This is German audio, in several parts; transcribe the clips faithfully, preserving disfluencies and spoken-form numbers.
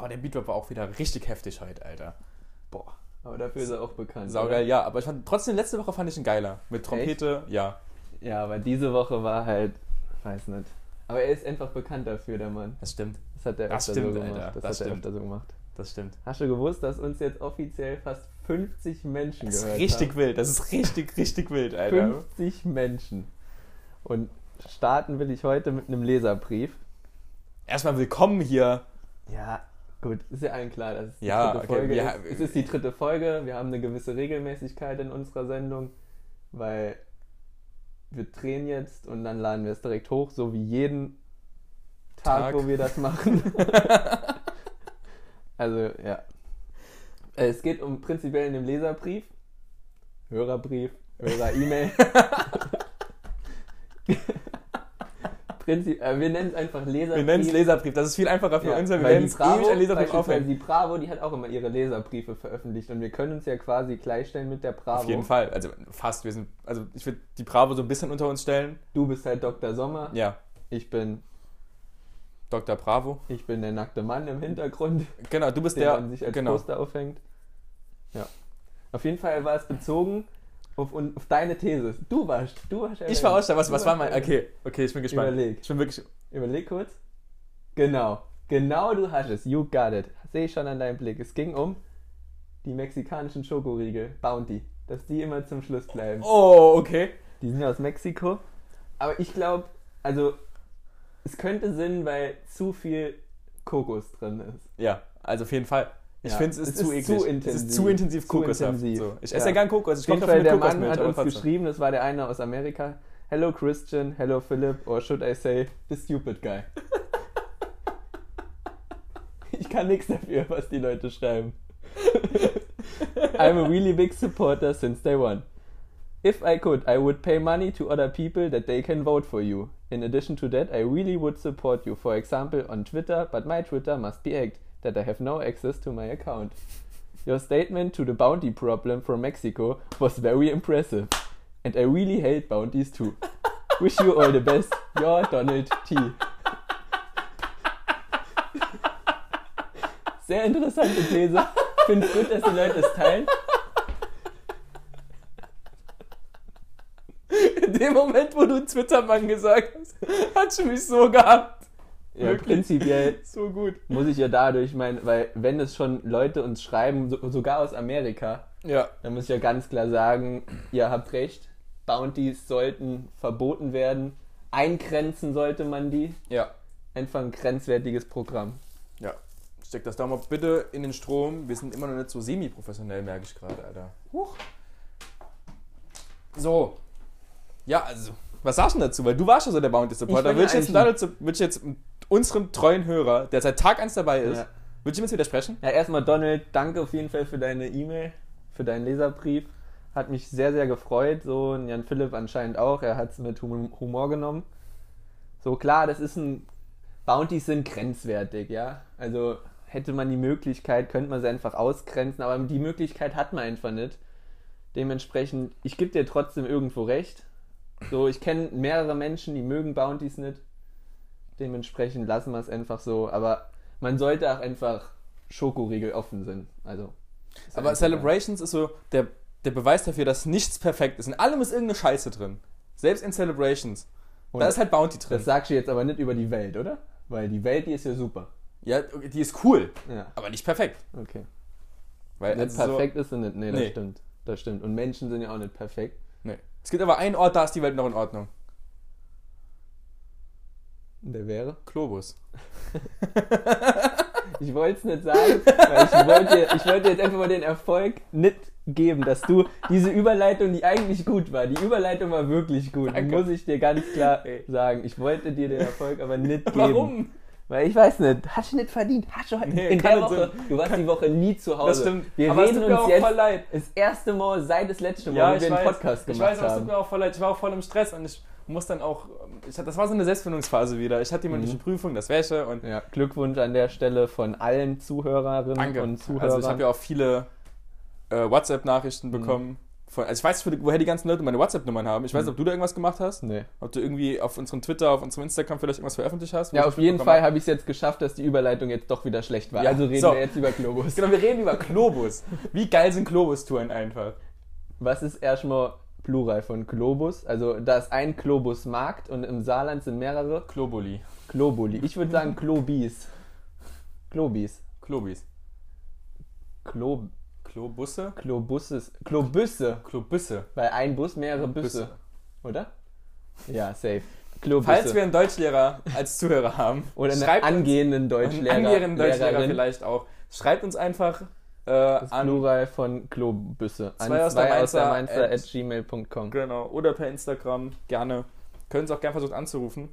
Boah, der Beatdrop war auch wieder richtig heftig heute, Alter. Boah, aber dafür ist er auch bekannt. Saugeil, ja. Aber ich fand, trotzdem, letzte Woche fand ich ihn geiler. Mit Trompete, Echt? ja. Ja, aber diese Woche war halt, weiß nicht. Aber er ist einfach bekannt dafür, der Mann. Das stimmt. Das hat er das öfter stimmt, so gemacht. Alter. Das, das hat stimmt. er öfter so gemacht. Das stimmt. Hast du gewusst, dass uns jetzt offiziell fast fünfzig Menschen das gehört ist richtig haben? wild. Das ist richtig, richtig wild, Alter. fünfzig Menschen. Und starten will ich heute mit einem Leserbrief. Erstmal willkommen hier. Ja, gut, ist ja allen klar, dass es die ja, dritte okay, Folge ja, ist. Es ist die dritte Folge, wir haben eine gewisse Regelmäßigkeit in unserer Sendung, weil wir drehen jetzt und dann laden wir es direkt hoch, so wie jeden Tag, Tag. wo wir das machen. Also, ja. Es geht um prinzipiell in dem Leserbrief, Hörerbrief, Hörer-E-Mail. Prinzip, äh, wir nennen es einfach Leserbrief. Wir nennen es Leserbrief, das ist viel einfacher für ja, uns, wenn wir weil nennen die es Bravo, ewig ein Leserbrief aufhängen. Die Bravo, die hat auch immer ihre Leserbriefe veröffentlicht und wir können uns ja quasi gleichstellen mit der Bravo. Auf jeden Fall, also fast, wir sind, also ich würde die Bravo so ein bisschen unter uns stellen. Du bist halt Doktor Sommer. Ja. Ich bin Doktor Bravo. Ich bin der nackte Mann im Hintergrund. Genau, du bist den der, man sich als genau. Poster aufhängt. Ja. Auf jeden Fall war es bezogen auf, auf deine These. Du warst, du warst Ich war auch da, was, was war mein, okay, okay, ich bin gespannt. Überleg. Ich bin wirklich... Überleg kurz. Genau, genau du hast es. You got it. Sehe ich schon an deinem Blick. Es ging um die mexikanischen Schokoriegel, Bounty. Dass die immer zum Schluss bleiben. Oh, okay. Die sind aus Mexiko. Aber ich glaube, also es könnte Sinn, weil zu viel Kokos drin ist. Ja, also auf jeden Fall. Ich ja, finde, es ist zu eklig. Zu intensiv. Es ist zu intensiv kokoshaft. Intensiv. So. Ich esse ja, ja gern Kokos. Ich koche dafür mit Kokosmilch. Der Mann hat uns geschrieben, das war der eine aus Amerika. Hello Christian, hello Philip, or should I say, the stupid guy. Ich kann nichts dafür, was die Leute schreiben. I'm a really big supporter since day one. If I could, I would pay money to other people that they can vote for you. In addition to that, I really would support you, for example, on Twitter, but my Twitter must be hacked, that I have no access to my account. Your statement to the bounty problem from Mexico was very impressive. And I really hate bounties too. Wish you all the best, your Donald T. Sehr interessante These. Finde es gut, dass die Leute es teilen. In dem Moment, wo du Twitter-Mann gesagt hast, hat sie mich so gehabt. Ja, wirklich? Prinzipiell so gut. Muss ich ja dadurch meinen, weil wenn es schon Leute uns schreiben, so, sogar aus Amerika, ja. dann muss ich ja ganz klar sagen, ihr habt recht, Bounties sollten verboten werden, eingrenzen sollte man die. Ja. Einfach ein grenzwertiges Programm. Ja. Steck das da mal bitte in den Strom. Wir sind immer noch nicht so semi-professionell, merke ich gerade, Alter. Huch. So. Ja, also, was sagst du denn dazu? Weil du warst schon so der Bounty-Supporter. Würde ich, jetzt würd ich jetzt unserem treuen Hörer, der seit Tag eins dabei ist, ja. würde ich ihm jetzt widersprechen? Ja, erstmal Donald, danke auf jeden Fall für deine E-Mail, für deinen Leserbrief. Hat mich sehr, sehr gefreut. So, und Jan Philipp anscheinend auch. Er hat es mit Humor genommen. So, klar, das ist ein... Bounties sind grenzwertig, ja. Also hätte man die Möglichkeit, könnte man sie einfach ausgrenzen, aber die Möglichkeit hat man einfach nicht. Dementsprechend, ich gebe dir trotzdem irgendwo recht. So, ich kenne mehrere Menschen, die mögen Bounties nicht. Dementsprechend lassen wir es einfach so. Aber man sollte auch einfach Schokoriegel offen sind. Also, aber Celebrations ist so der, der Beweis dafür, dass nichts perfekt ist. In allem ist irgendeine Scheiße drin. Selbst in Celebrations. Und da ist halt Bounty drin. Das sagst du jetzt aber nicht über die Welt, oder? Weil die Welt, die ist ja super. Ja, die ist cool, ja. aber nicht perfekt. Okay. Weil nicht also perfekt so, ist sie nicht. Nee, das nee. stimmt. Das stimmt. Und Menschen sind ja auch nicht perfekt. Nee. Es gibt aber einen Ort, da ist die Welt noch in Ordnung. Der wäre? Globus. Ich wollte es nicht sagen, weil ich wollte, ich wollte jetzt einfach mal den Erfolg nicht geben, dass du diese Überleitung, die eigentlich gut war, die Überleitung war wirklich gut, Danke. Muss ich dir ganz klar sagen. Ich wollte dir den Erfolg aber nicht geben. Warum? Weil ich weiß nicht, hast du nicht verdient. Hast du heute nee, in der Woche, so, du warst kann, die Woche nie zu Hause. Das stimmt. Wir aber reden es tut mir uns auch jetzt voll leid. das erste Mal seit das letzte Mal, ja, wo wir weiß, einen Podcast gemacht haben. Ich weiß, aber es tut mir auch voll leid. Ich war auch voll im Stress und ich muss dann auch, ich, das war so eine Selbstfindungsphase wieder. Ich hatte die mündliche mhm. Prüfung, das Wäsche und... Ja, Glückwunsch an der Stelle von allen Zuhörerinnen Danke. und Zuhörern. Also ich habe ja auch viele äh, WhatsApp-Nachrichten mhm. bekommen von, also ich weiß nicht, woher die ganzen Leute meine WhatsApp-Nummern haben. Ich weiß nicht, ob du da irgendwas gemacht hast. Nee. Ob du irgendwie auf unserem Twitter, auf unserem Instagram vielleicht irgendwas veröffentlicht hast. Ja, auf jeden Fall habe ich es jetzt geschafft, dass die Überleitung jetzt doch wieder schlecht war. Ja, also reden so. wir jetzt über Globus. Genau, wir reden über Globus. Wie geil sind Globus-Touren einfach? Was ist erstmal Plural von Globus? Also da ist ein Globusmarkt und im Saarland sind mehrere Globuli. Globuli. Ich würde sagen Globis. Globis. Klobis. Klo... Klobusse? Klobusses. Klobüsse. Klobüsse. Weil ein Bus mehrere Büsse. Büsse. Oder? Ja, safe. Klobüsse. Falls wir einen Deutschlehrer als Zuhörer haben. Oder einen schreibt angehenden uns, Deutschlehrer. einen angehenden Deutschlehrer Lehrerin. vielleicht auch. Schreibt uns einfach äh, Das an. Plural von Klobüsse. An Zwei aus der zwei aus der Mainzer Mainzer at- at gmail punkt com. Genau. Oder per Instagram. Gerne. Können Sie auch gerne versuchen anzurufen.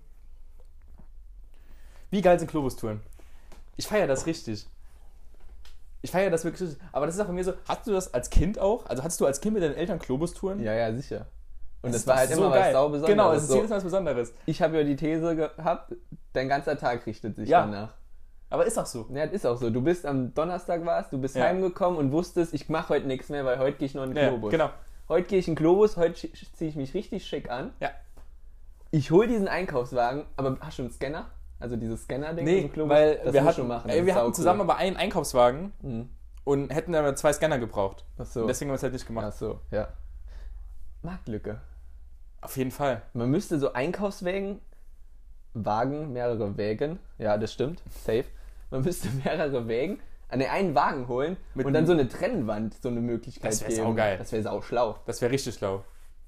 Wie geil sind Globus-Touren? Ich feiere das richtig. Ich feiere das wirklich richtig. Aber das ist auch bei mir so. Hast du das als Kind auch? Also hattest du als Kind mit deinen Eltern Globus-Touren? Ja, ja, sicher. Und das, ist war doch halt so immer geil. was sau Besonderes. Genau, es ist so, jedes Mal was Besonderes. ich habe ja die These gehabt, dein ganzer Tag richtet sich Ja. danach. Aber ist auch so. Ja, das ist auch so. Du bist am Donnerstag warst, du bist Ja. heimgekommen und wusstest, ich mache heute nichts mehr, weil heute gehe ich noch in den Ja, Globus. genau. Heute gehe ich in den Globus, heute ziehe ich mich richtig schick an. Ja. Ich hole diesen Einkaufswagen, aber hast du einen Scanner? Also dieses Scanner-Ding Nee, im Globus? weil das wir musst hatten, du machen. ey, das wir ist hatten saucool. zusammen aber einen Einkaufswagen Mhm. und hätten aber zwei Scanner gebraucht. Ach so. Und deswegen haben wir es halt nicht gemacht. Ach so, ja. Marktlücke. Auf jeden Fall. Man müsste so Einkaufswägen, Wagen, mehrere Wägen, ja, das stimmt, safe. Man müsste mehrere Wägen an den einen Wagen holen Mit und dann einem- so eine Trennwand, so eine Möglichkeit Das wär geben. saugeil. Das wäre sau schlau. Das wäre richtig schlau.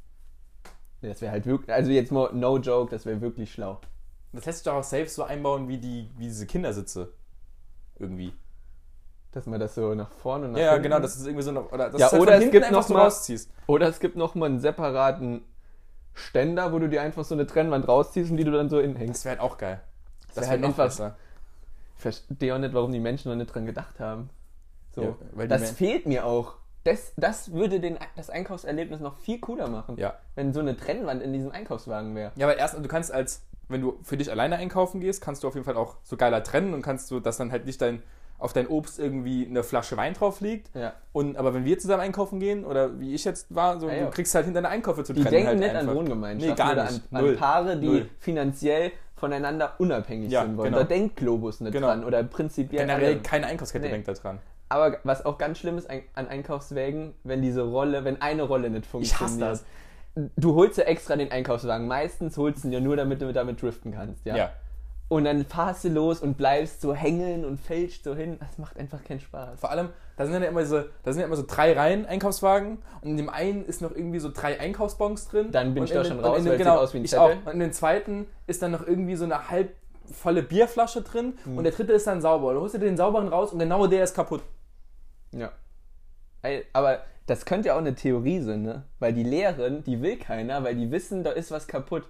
Das wäre halt wirklich, also jetzt mal no joke, das wäre wirklich schlau. Das lässt sich doch auch selbst so einbauen wie, die, wie diese Kindersitze. Irgendwie. Dass man das so nach vorne und nach Ja, ja, hinten- genau, das ist irgendwie so noch. Oder, das Ja, ist halt oder von es hinten gibt einfach noch so mal- rausziehst. Oder es gibt noch mal einen separaten Ständer, wo du dir einfach so eine Trennwand rausziehst und die du dann so hinhängst. Das wäre halt auch geil. wär wär halt noch einfach- besser. Ich verstehe auch nicht, warum die Menschen noch nicht dran gedacht haben. So. Ja, weil die das Men- fehlt mir auch. Das, das würde den, das Einkaufserlebnis noch viel cooler machen. Ja. Wenn so eine Trennwand in diesem Einkaufswagen wäre. Ja, weil erst, du kannst als, wenn du für dich alleine einkaufen gehst, kannst du auf jeden Fall auch so geiler trennen und kannst du, dass dann halt nicht dein, auf dein Obst irgendwie eine Flasche Wein drauf liegt. Ja. Und, aber wenn wir zusammen einkaufen gehen, oder wie ich jetzt war, so, Ja, ja. du kriegst halt hinter deine Einkäufe zu Die trennen. denken halt nicht einfach. an Wohngemeinschaften Nee, gar oder nicht. an, Null. an Paare, die Null. finanziell voneinander unabhängig Ja, sind wollen. genau. Da denkt Globus nicht Genau. dran. Oder prinzipiell Generell alle. keine Einkaufskette Nee. denkt da dran. Aber was auch ganz schlimm ist ein- an Einkaufswägen, wenn diese Rolle, wenn eine Rolle nicht Ich hasse funktioniert. das. Du holst ja extra den Einkaufswagen. Meistens holst du ihn ja nur, damit du damit driften kannst. Ja? Ja. Und dann fahrst du los und bleibst so hängeln und fälschst so hin. Das macht einfach keinen Spaß. Vor allem, da sind ja immer so, da sind ja immer so drei Reihen Einkaufswagen und in dem einen ist noch irgendwie so drei Einkaufsbons drin. Dann bin Und ich da in schon den- raus, und in weil den- es genau, sieht aus wie ein ich Zettel. auch. Und in den zweiten ist dann noch irgendwie so eine halb volle Bierflasche drin und der dritte ist dann sauber. Du holst dir den sauberen raus und genau der ist kaputt. Ja. Ey, aber das könnte ja auch eine Theorie sein, ne? Weil die leeren, die will keiner, weil die wissen, da ist was kaputt.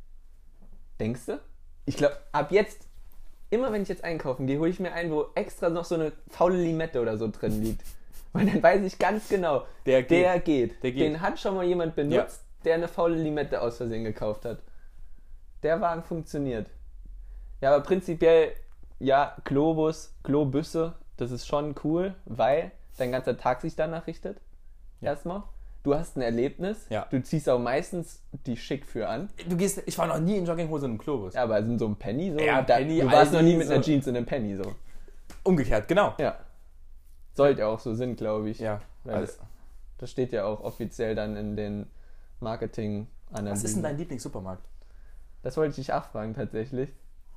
Denkst du? Ich glaube, ab jetzt, immer wenn ich jetzt einkaufen gehe, hole ich mir einen, wo extra noch so eine faule Limette oder so drin liegt. Weil dann weiß ich ganz genau, Der geht. der geht. Der geht. Den hat schon mal jemand benutzt, der eine faule Limette aus Versehen gekauft hat. Der Wagen funktioniert. Ja, aber prinzipiell, ja, Globus, Globüsse, das ist schon cool, weil dein ganzer Tag sich danach richtet. Erstmal. Du hast ein Erlebnis. Ja. Du ziehst auch meistens die schick für an. Du gehst, ich war noch nie in Jogginghose und im Globus. Ja, aber in so einem Penny so. Ja, da, Penny, du warst Aldi, noch nie mit einer so. Jeans in einem Penny so. Umgekehrt, genau. Ja. Sollte auch so sein, glaube ich. Ja, Weil alles. das, das steht ja auch offiziell dann in den Marketing-Analysen. Was ist denn dein Lieblingssupermarkt? Das wollte ich dich auch fragen, tatsächlich.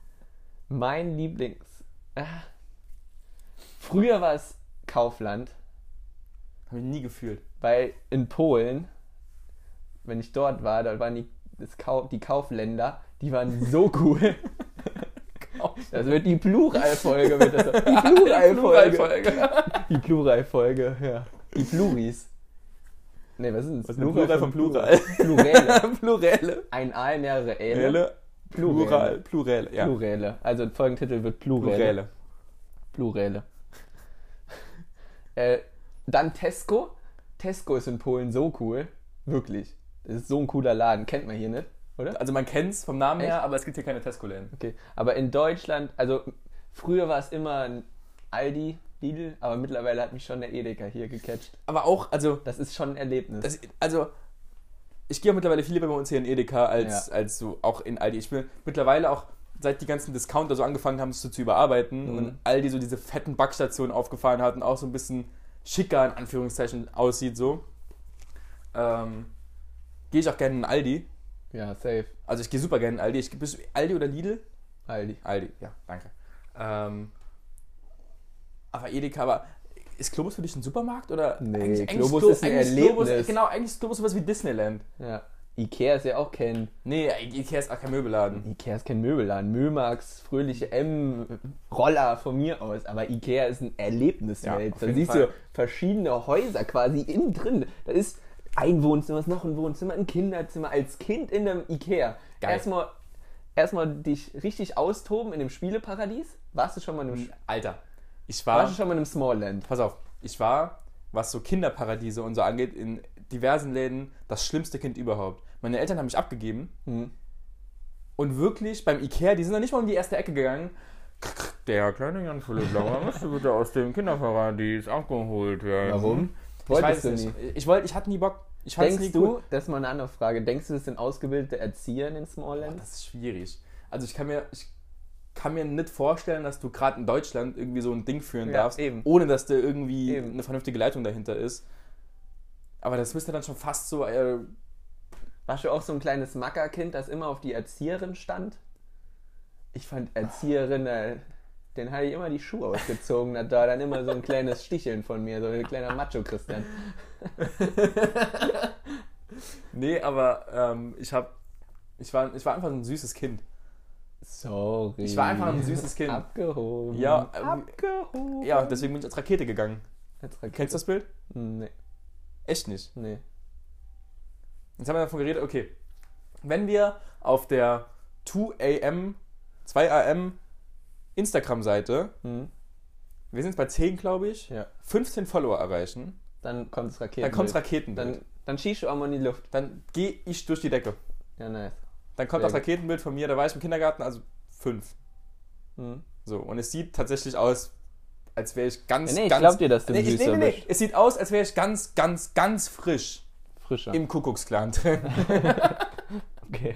Mein Lieblings... Ah. Früher war es Kaufland, Habe ich nie gefühlt. weil in Polen, wenn ich dort war, da waren die, das Kau- die Kaufländer, die waren so cool. Das wird die Plural-Folge. Wird das, die Plural-Folge. Pluralfolge. Die Plural-Folge, ja. Die Pluris. Ne, was ist denn das? Was ist denn Plural von Plural? Pluräle. Pluräle. Ein Aal, mehrere Äle. Pluräle. Plural. Pluräle, ja. Pluräle. Also Folgentitel wird Pluräle. Pluräle. Pluräle. äh, dann Tesco. Tesco ist in Polen so cool. Wirklich. Das ist so ein cooler Laden. Kennt man hier nicht, oder? Also man kennt es vom Namen Echt? her, aber es gibt hier keine Tesco-Läden. Okay. Aber in Deutschland, also früher war es immer ein Aldi, Lidl, aber mittlerweile hat mich schon der Edeka hier gecatcht. Aber auch, also... Das ist schon ein Erlebnis. Das, also, ich gehe auch mittlerweile viel lieber bei uns hier in Edeka als, ja. als so auch in Aldi. Ich bin mittlerweile auch, seit die ganzen Discounter so angefangen haben, das so zu überarbeiten mhm. und Aldi so diese fetten Backstationen aufgefahren hat und auch so ein bisschen schicker, in Anführungszeichen, aussieht so, ähm, gehe ich auch gerne in Aldi. Ja, safe. Also ich gehe super gerne in Aldi. Ich, bist du Aldi oder Lidl? Aldi. Aldi, ja, danke. Ähm, aber Edeka, aber ist Globus für dich ein Supermarkt? Oder nee, eigentlich, Globus Glo- ist ein Erlebnis. Globus, genau, eigentlich ist Globus sowas wie Disneyland. Ja. Ikea ist ja auch kein... Nee, Ikea ist auch kein Möbelladen. Ikea ist kein Möbelladen. Mömax, Fröhliche M, Roller von mir aus. Aber Ikea ist ein Erlebniswelt. Ja, da siehst Fall. du verschiedene Häuser quasi innen drin. Da ist ein Wohnzimmer, ist noch ein Wohnzimmer, ein Kinderzimmer. Als Kind in einem Ikea. Geil. Erstmal, erstmal dich richtig austoben in dem Spieleparadies. Warst du schon mal in einem... Alter, ich war... Warst du schon mal in einem Smallland? Pass auf, ich war, was so Kinderparadiese und so angeht, in diversen Läden das schlimmste Kind überhaupt. Meine Eltern haben mich abgegeben mhm. und wirklich beim Ikea, die sind noch nicht mal um die erste Ecke gegangen. Der kleine Jan Philipp Lauer müsste bitte aus dem Kinderparadies abgeholt werden. Warum? Ich weiß nicht. Ich, wollte, ich hatte nie Bock. Ich Denkst nie du, gut. Das ist mal eine andere Frage, denkst du, das sind ausgebildete Erzieher in den Smallland? Oh, das ist schwierig. Also ich kann mir... Ich, kann mir nicht vorstellen, dass du gerade in Deutschland irgendwie so ein Ding führen ja, darfst, eben. ohne dass da irgendwie eben. eine vernünftige Leitung dahinter ist. Aber das müsste dann schon fast so... Äh Warst du auch so ein kleines Mackerkind, das immer auf die Erzieherin stand? Ich fand Erzieherin, äh, den hatte ich immer die Schuhe ausgezogen, hat da dann immer so ein kleines Sticheln von mir, so ein kleiner Macho-Christian. Nee, aber ähm, ich hab... Ich war, ich war einfach ein süßes Kind. Sorry. Ich war einfach ein süßes Kind. Abgehoben. Ja, ähm, Abgehoben. Ja, deswegen bin ich als Rakete gegangen. Als Rakete. Kennst du das Bild? Nee. Echt nicht? Nee. Jetzt haben wir davon geredet, okay. Wenn wir auf der zwei A M, zwei A M Instagram-Seite, hm. wir sind jetzt bei zehn, glaube ich, ja. fünfzehn Follower erreichen, dann kommt das Raketenbild. Dann kommt das Raketenbild. Dann, dann schießt du auch mal in die Luft. Dann gehe ich durch die Decke. Ja, nice. Dann kommt Sehr das Raketenbild von mir, da war ich im Kindergarten, also fünf. Mhm. So, und es sieht tatsächlich aus, als wäre ich ganz, ja, nee, ich ganz... glaub dir, dass du nee, ein ich, Süßer nee, nee, nee. bist. Es sieht aus, als wäre ich ganz, ganz, ganz frisch Frischer. im Kuckucksklan drin. Okay.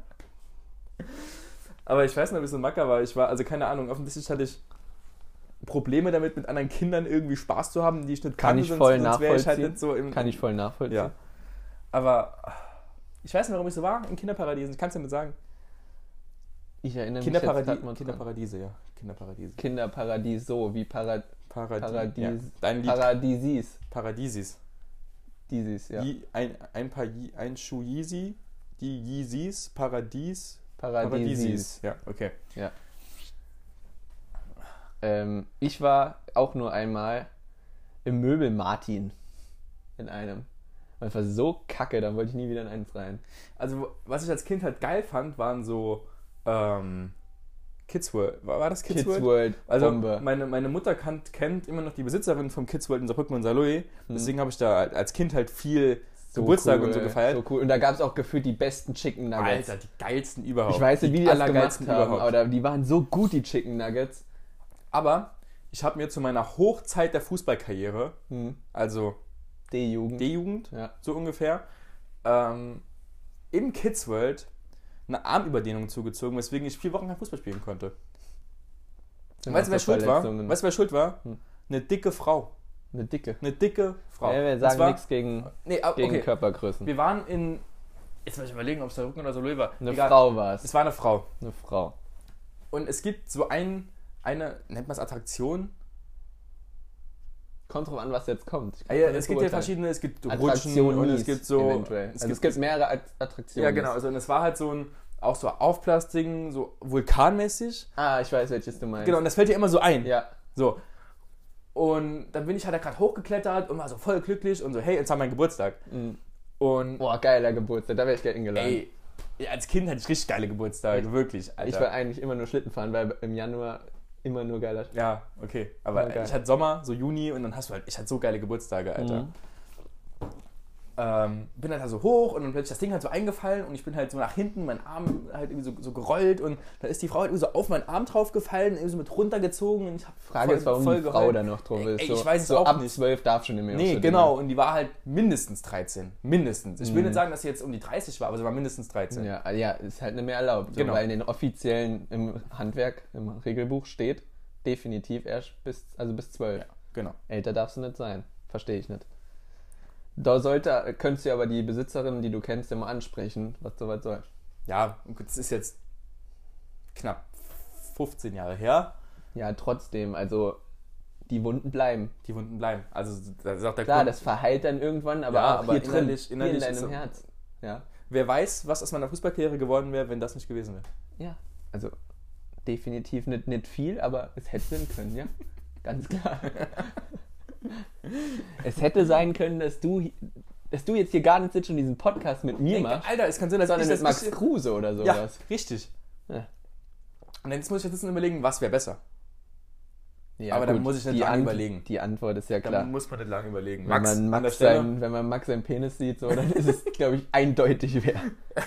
Aber ich weiß noch, wie es so ein Macker war. Ich war, also keine Ahnung, offensichtlich hatte ich Probleme damit, mit anderen Kindern irgendwie Spaß zu haben, die ich nicht Kann kannte, ich sonst, voll sonst nachvollziehen. Ich halt nicht so im, Kann ich voll nachvollziehen. Ja. Aber ich weiß nicht, warum ich so war in Kinderparadiesen. Ich kann es dir nicht sagen. Ich erinnere Kinderparadi- mich jetzt Kinderparadiese, ja. Kinderparadiese. Kinderparadies, so wie Para- Paradi- Paradies. Ja. Dein Lied. Paradiesis. Paradiesis. Dieses, ja. Je, ein, ein paar Je, ein Schuh Yeezy, die Yeezys, Paradies. Paradiesis. Ja, okay. Ja. Ähm, ich war auch nur einmal im Möbel Martin in einem. Das war so kacke, da wollte ich nie wieder in eins rein. Also, was ich als Kind halt geil fand, waren so ähm, Kids World. War, war das Kids, Kids World? World, Also, Bombe. meine, meine Mutter kannt, kennt immer noch die Besitzerin vom Kids World in Saarbrücken und Saarlouis. Deswegen habe ich da als Kind halt viel so Geburtstag cool, und so gefeiert. So cool. Und da gab es auch gefühlt die besten Chicken Nuggets. Alter, die geilsten überhaupt. Ich weiß nicht, wie die, die das gemacht haben, überhaupt. aber die waren so gut, die Chicken Nuggets. Aber ich habe mir zu meiner Hochzeit der Fußballkarriere, hm. also D-Jugend, D-Jugend, ja. so ungefähr, ähm, im Kids World eine Armüberdehnung zugezogen, weswegen ich vier Wochen kein Fußball spielen konnte. Weißt du, wer schuld war? Weißt du, wer schuld war? Hm. Eine dicke Frau. Eine dicke? Eine dicke Frau. Ja, wir sagen nichts gegen, nee, okay. gegen Körpergrößen. Wir waren in, jetzt muss ich überlegen, ob es Saarbrücken oder Saarlouis war. Eine Egal. Frau war es. Es war eine Frau. Eine Frau. Und es gibt so ein, eine, nennt man es Attraktion? Kommt drauf an, was jetzt kommt. Ja, ja, es gibt ja verschiedene, es gibt Rutschen und es gibt so... Eventuell. Es, also gibt, es gibt mehrere Attraktionen. Ja, genau. Also, und es war halt so ein, auch so Aufplastik, so vulkanmäßig. Ah, ich weiß, welches du meinst. Genau, und das fällt dir immer so ein. Ja. So. Und dann bin ich halt da gerade hochgeklettert und war so voll glücklich und so, hey, jetzt haben wir meinen Geburtstag. Mhm. Und... Boah, geiler Geburtstag, da wäre ich gerne eingeladen. Ey, ja, als Kind hatte ich richtig geile Geburtstage, Echt? wirklich. Alter. Ich war eigentlich immer nur Schlitten fahren, weil im Januar immer nur geiler... Ja, okay. Aber ich hatte Sommer, so Juni und dann hast du halt... Ich hatte so geile Geburtstage, Alter. Mhm. ähm, bin halt da so hoch und dann plötzlich das Ding halt so eingefallen und ich bin halt so nach hinten, mein Arm halt irgendwie so, so gerollt und da ist die Frau halt irgendwie so auf meinen Arm drauf gefallen, irgendwie so mit runtergezogen und ich hab Frage voll, ist, warum voll die Frau geheult. da noch drauf ist. Ey, so, ich weiß es so auch ab nicht. zwölf darf schon nicht mehr. Nee, so genau. Dinge. Und die war halt mindestens dreizehn. Mindestens. Ich will Mhm. nicht sagen, dass sie jetzt um die dreißig war, aber sie war mindestens dreizehn. Ja, ja, ist halt nicht mehr erlaubt. So, Genau. Weil in den offiziellen, im Handwerk, im Regelbuch steht, definitiv erst bis, also bis zwölf. Ja, genau. Älter darfst du nicht sein. Verstehe ich nicht. Da sollte, könntest du aber die Besitzerin, die du kennst, immer ansprechen, was soweit soll. Ja, gut, es ist jetzt knapp fünfzehn Jahre her. Ja, trotzdem, also die Wunden bleiben. Die Wunden bleiben. Also das ist auch der Klar, Grund. das verheilt dann irgendwann, aber Ja, auch aber hier drin, innerlich- innerlich hier in ist deinem so- Herz. Ja. Wer weiß, was aus meiner Fußballkarriere geworden wäre, wenn das nicht gewesen wäre. Ja, also definitiv nicht, nicht viel, aber es hätte sein können, ja. Ganz klar. Es hätte sein können, dass du, dass du jetzt hier gar nicht sitzt und diesen Podcast mit mir Denk, machst, Alter, es kann sein, dass sondern ich mit das Max bisschen- Kruse oder Ja, sowas. richtig. Ja. Und jetzt muss ich jetzt überlegen, was wäre besser. Ja, Aber dann muss ich nicht die lange Ant- überlegen. Die Antwort ist ja Da klar. muss man nicht lange überlegen. Wenn man, an der Max Stelle. sein, wenn man Max seinen Penis sieht, so, dann ist es, glaube ich, eindeutig wer.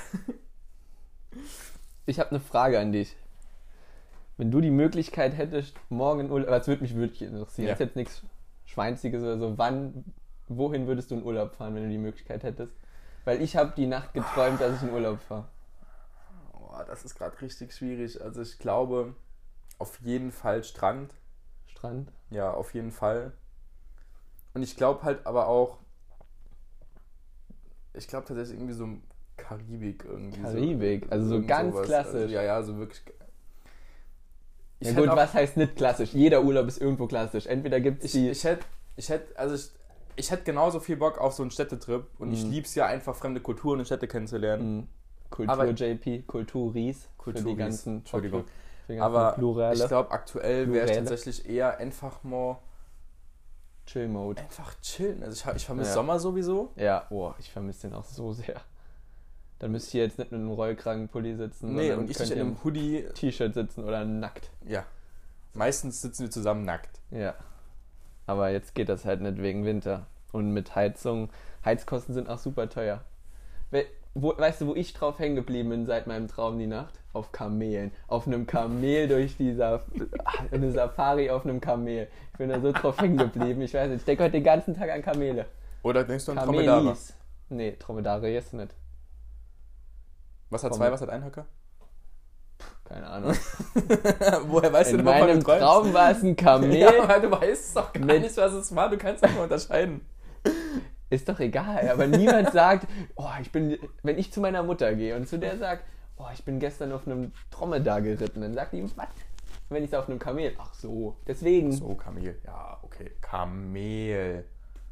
Ich habe eine Frage an dich. Wenn du die Möglichkeit hättest, morgen in Urlaub, das würde mich wirklich interessieren, Ja. das ist jetzt nichts Schweinziges oder so, wann, wohin würdest du in Urlaub fahren, wenn du die Möglichkeit hättest? Weil ich habe die Nacht geträumt, dass ich in Urlaub fahre. Oh, das ist gerade richtig schwierig. Also ich glaube, auf jeden Fall Strand. Strand? Ja, auf jeden Fall. Und ich glaube halt aber auch, ich glaube tatsächlich irgendwie so Karibik irgendwie. Karibik, so, also so irgend ganz sowas. klassisch. Also, ja, ja, so wirklich. Ich Ja hätte gut, auch- was heißt nicht klassisch? Jeder Urlaub ist irgendwo klassisch. Entweder gibt es Ich, die... ich hätte, ich hätte, also ich, ich hätte genauso viel Bock auf so einen Städtetrip und ich Mhm. lieb's ja einfach, fremde Kulturen und Städte kennenzulernen. Mhm. Kultur Aber- J P, Kultur Ries, für die Kulturis, ganzen, Entschuldigung. für die ganzen Aber Plurale. ich glaube, aktuell wäre ich Plurale. tatsächlich eher einfach mal Chill Mode. einfach chillen. Also ich, ich vermisse Ja. Sommer sowieso. Ja, boah, ich vermisse den auch so sehr. Dann müsst ihr jetzt nicht mit einem Rollkragenpulli sitzen, Nee, sondern und ich könnt nicht in ihr einem Hoodie. im T-Shirt sitzen oder nackt. Ja. Meistens sitzen wir zusammen nackt. Ja. Aber jetzt geht das halt nicht wegen Winter. Und mit Heizung, Heizkosten sind auch super teuer. We wo, weißt du, wo ich drauf hängen geblieben bin seit meinem Traum die Nacht? Auf Kamelen. Auf einem Kamel durch die Saf eine Safari auf einem Kamel. Ich bin da so drauf hängen geblieben. Ich weiß nicht, ich denke heute den ganzen Tag an Kamele. Oder denkst du an Dromedare? Kamelis. Nee, Dromedare jetzt nicht. Was hat Komm. zwei, was hat ein Höcker? Keine Ahnung. Woher weißt In du denn, wovon meinem du träumst? Traum war es ein Kamel. Ja, weil du weißt doch gar Mit- nicht, was es war. Du kannst nicht mal unterscheiden. Ist doch egal, aber niemand sagt, oh, ich bin, wenn ich zu meiner Mutter gehe und zu der sage, oh, ich bin gestern auf einem Dromedar geritten, dann sagt die, was? Wenn ich auf einem Kamel, ach so, deswegen. So, Kamel. Ja, okay. Kamel.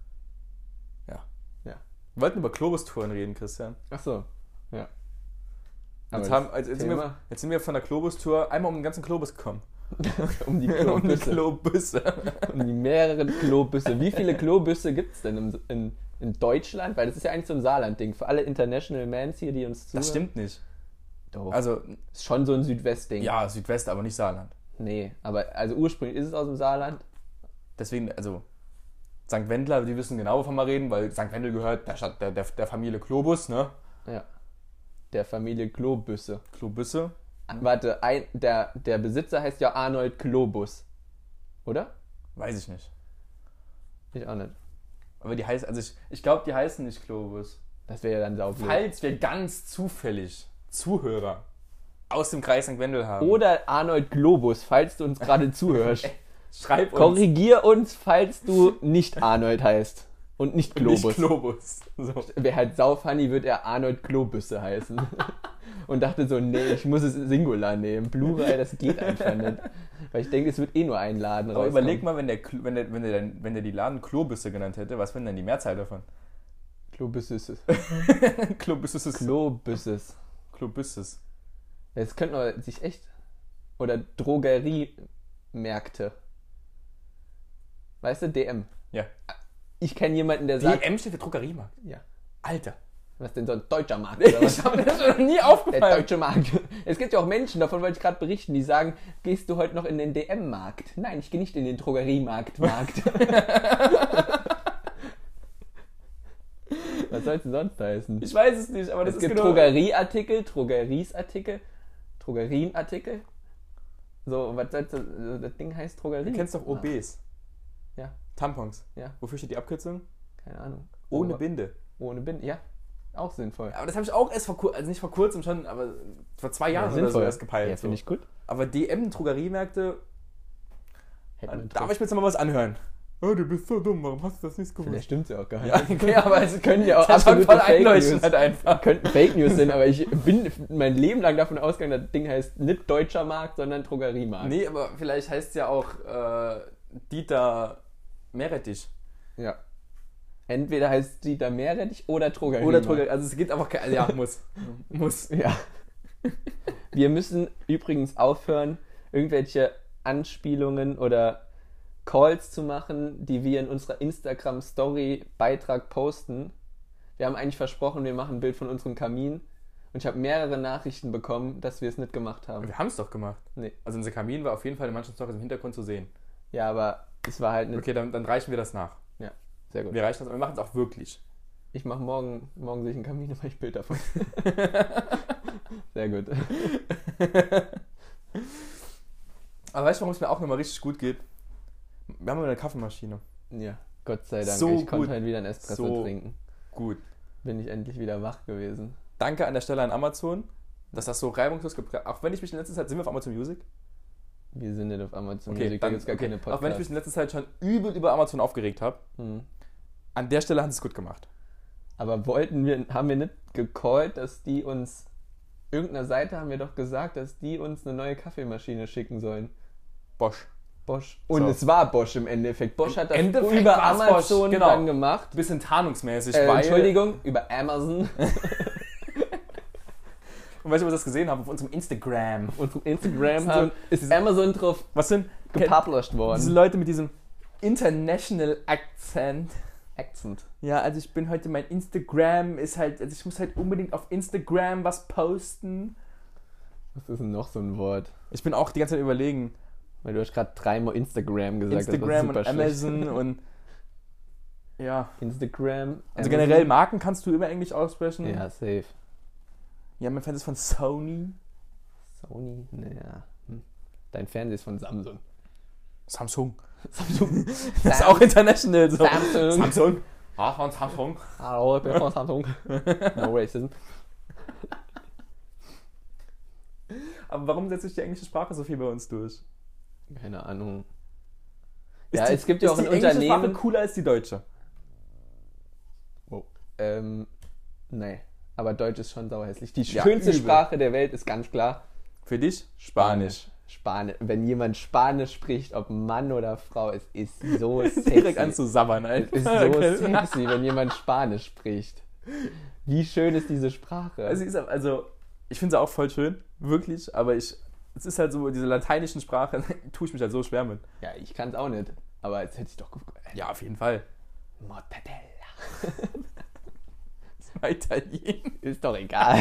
Ja. Ja. Wir wollten über Globus-Touren reden, Christian. Ach so, ja. Aber Jetzt, das haben, also jetzt, sind wir, Thema- jetzt sind wir von der Globus-Tour einmal um den ganzen Globus gekommen. um die um die Klobüsse. Globüsse. um die mehreren Klobüsse. Wie viele Klobüsse gibt es denn im, in, in Deutschland? Weil das ist ja eigentlich so ein Saarland-Ding. Für alle International Mans hier, die uns zuhören. Das stimmt nicht. Doch. Also, ist schon so ein Südwest-Ding. ja, Südwest, aber nicht Saarland. Nee, aber also ursprünglich ist es aus dem Saarland. Deswegen, also, Sankt Wendler, die wissen genau, wovon wir reden, weil Sankt Wendel gehört der, Stadt, der, der, der Familie Globus, ne? Ja. Der Familie Klobüsse. Globüsse. Warte, ein, der, der Besitzer heißt ja Arnold Globus. Oder? Weiß ich nicht. Ich auch nicht. Aber die heißen, also ich, ich glaube, die heißen nicht Globus. Das wäre ja dann saublöd. Falls wir ganz zufällig Zuhörer aus dem Kreis Sankt Wendel haben. Oder Arnold Globus, falls du uns gerade zuhörst. Schreib uns. Korrigier uns, falls du nicht Arnold heißt. Und nicht Globus. Nicht Globus. So. Wäre halt saufunny, wird er Arnold Globüsse heißen. Und dachte so, nee, ich muss es Singular nehmen. Plural, das geht einfach nicht. Weil ich denke, es wird eh nur ein Laden Aber rauskommen. überleg mal, wenn der, Kl- wenn, der, wenn, der, wenn der die Laden Klobüsse genannt hätte, was wäre denn die Mehrzahl davon? Klobüsses. Klobüsses. Klobüsses. Klobüsses. Das könnte man sich echt... Oder Drogeriemärkte. Weißt du, D M. Ja. Ich kenne jemanden, der sagt... D M steht für Drogeriemarkt. Ja. Alter. Was denn so ein deutscher Markt oder was? Ich habe das schon nie Der aufgefallen. deutsche Markt. Es gibt ja auch Menschen, davon wollte ich gerade berichten, die sagen, gehst du heute noch in den D M-Markt? Nein, ich gehe nicht in den Drogeriemarkt. Markt. Was soll es denn sonst heißen? Ich weiß es nicht, aber das es ist gibt genau... Drogerieartikel, Drogeriesartikel, Drogerienartikel. So, was soll das, das Ding heißt Drogerie? Du kennst doch O Bs. Ja. Tampons. Ja. Wofür steht die Abkürzung? Keine Ahnung. Ohne Aber Binde. Ohne Binde, ja. Auch sinnvoll. Aber das habe ich auch erst vor kurzem, also nicht vor kurzem schon, aber vor zwei Jahren ja, oder so erst gepeilt. Ja, finde ich gut. Aber D M, Drogeriemärkte, Hätten darf ich mir jetzt noch mal was anhören? Oh, du bist so dumm, warum hast du das nicht gemacht? Vielleicht stimmt es ja auch gar nicht. Ja, okay, aber es können ja auch das absolute voll Fake einleuchten News. halt einfach. Könnten Fake News sein, aber ich bin mein Leben lang davon ausgegangen, das Ding heißt nicht Deutscher Markt, sondern Drogeriemarkt. Nee, aber vielleicht heißt es ja auch äh, Dieter Meerrettich. Ja. Entweder heißt Dieter Meerrettich oder Drogeriemarkt. Oder Drogerie, also es gibt einfach kein, ja, muss. muss. Ja. Wir müssen übrigens aufhören, irgendwelche Anspielungen oder Calls zu machen, die wir in unserer Instagram-Story-Beitrag posten. Wir haben eigentlich versprochen, wir machen ein Bild von unserem Kamin. Und ich habe mehrere Nachrichten bekommen, dass wir es nicht gemacht haben. Wir haben es doch gemacht. Nee. Also unser Kamin war auf jeden Fall in manchen Stories im Hintergrund zu sehen. Ja, aber es war halt nicht... Okay, dann, dann reichen wir das nach. Ja, sehr gut. Wir reichen das, aber wir machen es auch wirklich. Ich mache morgen, morgen sehe ich einen Kamin, dann mache ich ein Bild davon. Sehr gut. Aber weißt du, warum es mir auch nochmal richtig gut geht? Wir haben eine Kaffeemaschine. Ja, Gott sei Dank. So ich gut. konnte halt wieder einen Espresso So trinken. Gut. Bin ich endlich wieder wach gewesen. Danke an der Stelle an Amazon, dass das so reibungslos gebracht. Auch wenn ich mich in letzter Zeit, sind wir auf Amazon Music? Wir sind nicht auf Amazon Okay, Music, dann, da gibt es gar okay. keine Podcasts. Auch wenn ich mich in letzter Zeit schon übel über Amazon aufgeregt habe, Hm. an der Stelle haben sie es gut gemacht. Aber wollten wir, haben wir nicht gecallt, dass die uns, irgendeiner Seite haben wir doch gesagt, dass die uns eine neue Kaffeemaschine schicken sollen. Bosch. Bosch. Und So. es war Bosch im Endeffekt. Bosch Im hat das Endeffekt über war's Amazon Bosch, genau. dann gemacht. Bisschen tarnungsmäßig, Äh, weil... Entschuldigung, über Amazon. Und weißt du, was ich das gesehen habe? Auf unserem Instagram. Auf unserem Instagram So, haben, ist Amazon drauf Was sind gepublished worden. diese Leute mit diesem International Accent? Accent. Ja, also ich bin heute, mein Instagram ist halt, also ich muss halt unbedingt auf Instagram was posten. Was ist denn noch so ein Wort? Ich bin auch die ganze Zeit überlegen. Weil du hast gerade dreimal Instagram gesagt. Instagram das und war super schlecht. Amazon und ja. Instagram. Also Amazon. generell Marken kannst du immer Englisch aussprechen. Ja, safe. Ja, mein Fernseher ist von Sony. Sony? Naja. Hm. Dein Fernseher ist von Samsung. Samsung. Samsung. Das ist auch international so. Samsung. Samsung. Ah, von Samsung. Hallo, ich bin von Samsung. No racism. Aber warum setzt sich die englische Sprache so viel bei uns durch? Keine Ahnung. Ist Ja, die, es gibt ja ist auch ein die englische Unternehmen. Sprache cooler als die deutsche? Oh. Ähm, nee. Aber Deutsch ist schon sauhässlich. Die Ja, schönste übel. Sprache der Welt ist ganz klar Für dich? Spanisch. Spanisch. Wenn jemand Spanisch spricht, ob Mann oder Frau, es ist so sexy. Direkt an zu sabbern, Es Alter. ist so sexy, wenn jemand Spanisch spricht. Wie schön ist diese Sprache? Also, ist, also ich finde sie auch voll schön, wirklich, aber ich, es ist halt so, diese lateinischen Sprache, tue ich mich halt so schwer mit. Ja, ich kann es auch nicht. Aber jetzt hätte ich doch geguckt. Ja, auf jeden Fall. Mortadella. Das war Italien. Ist doch egal.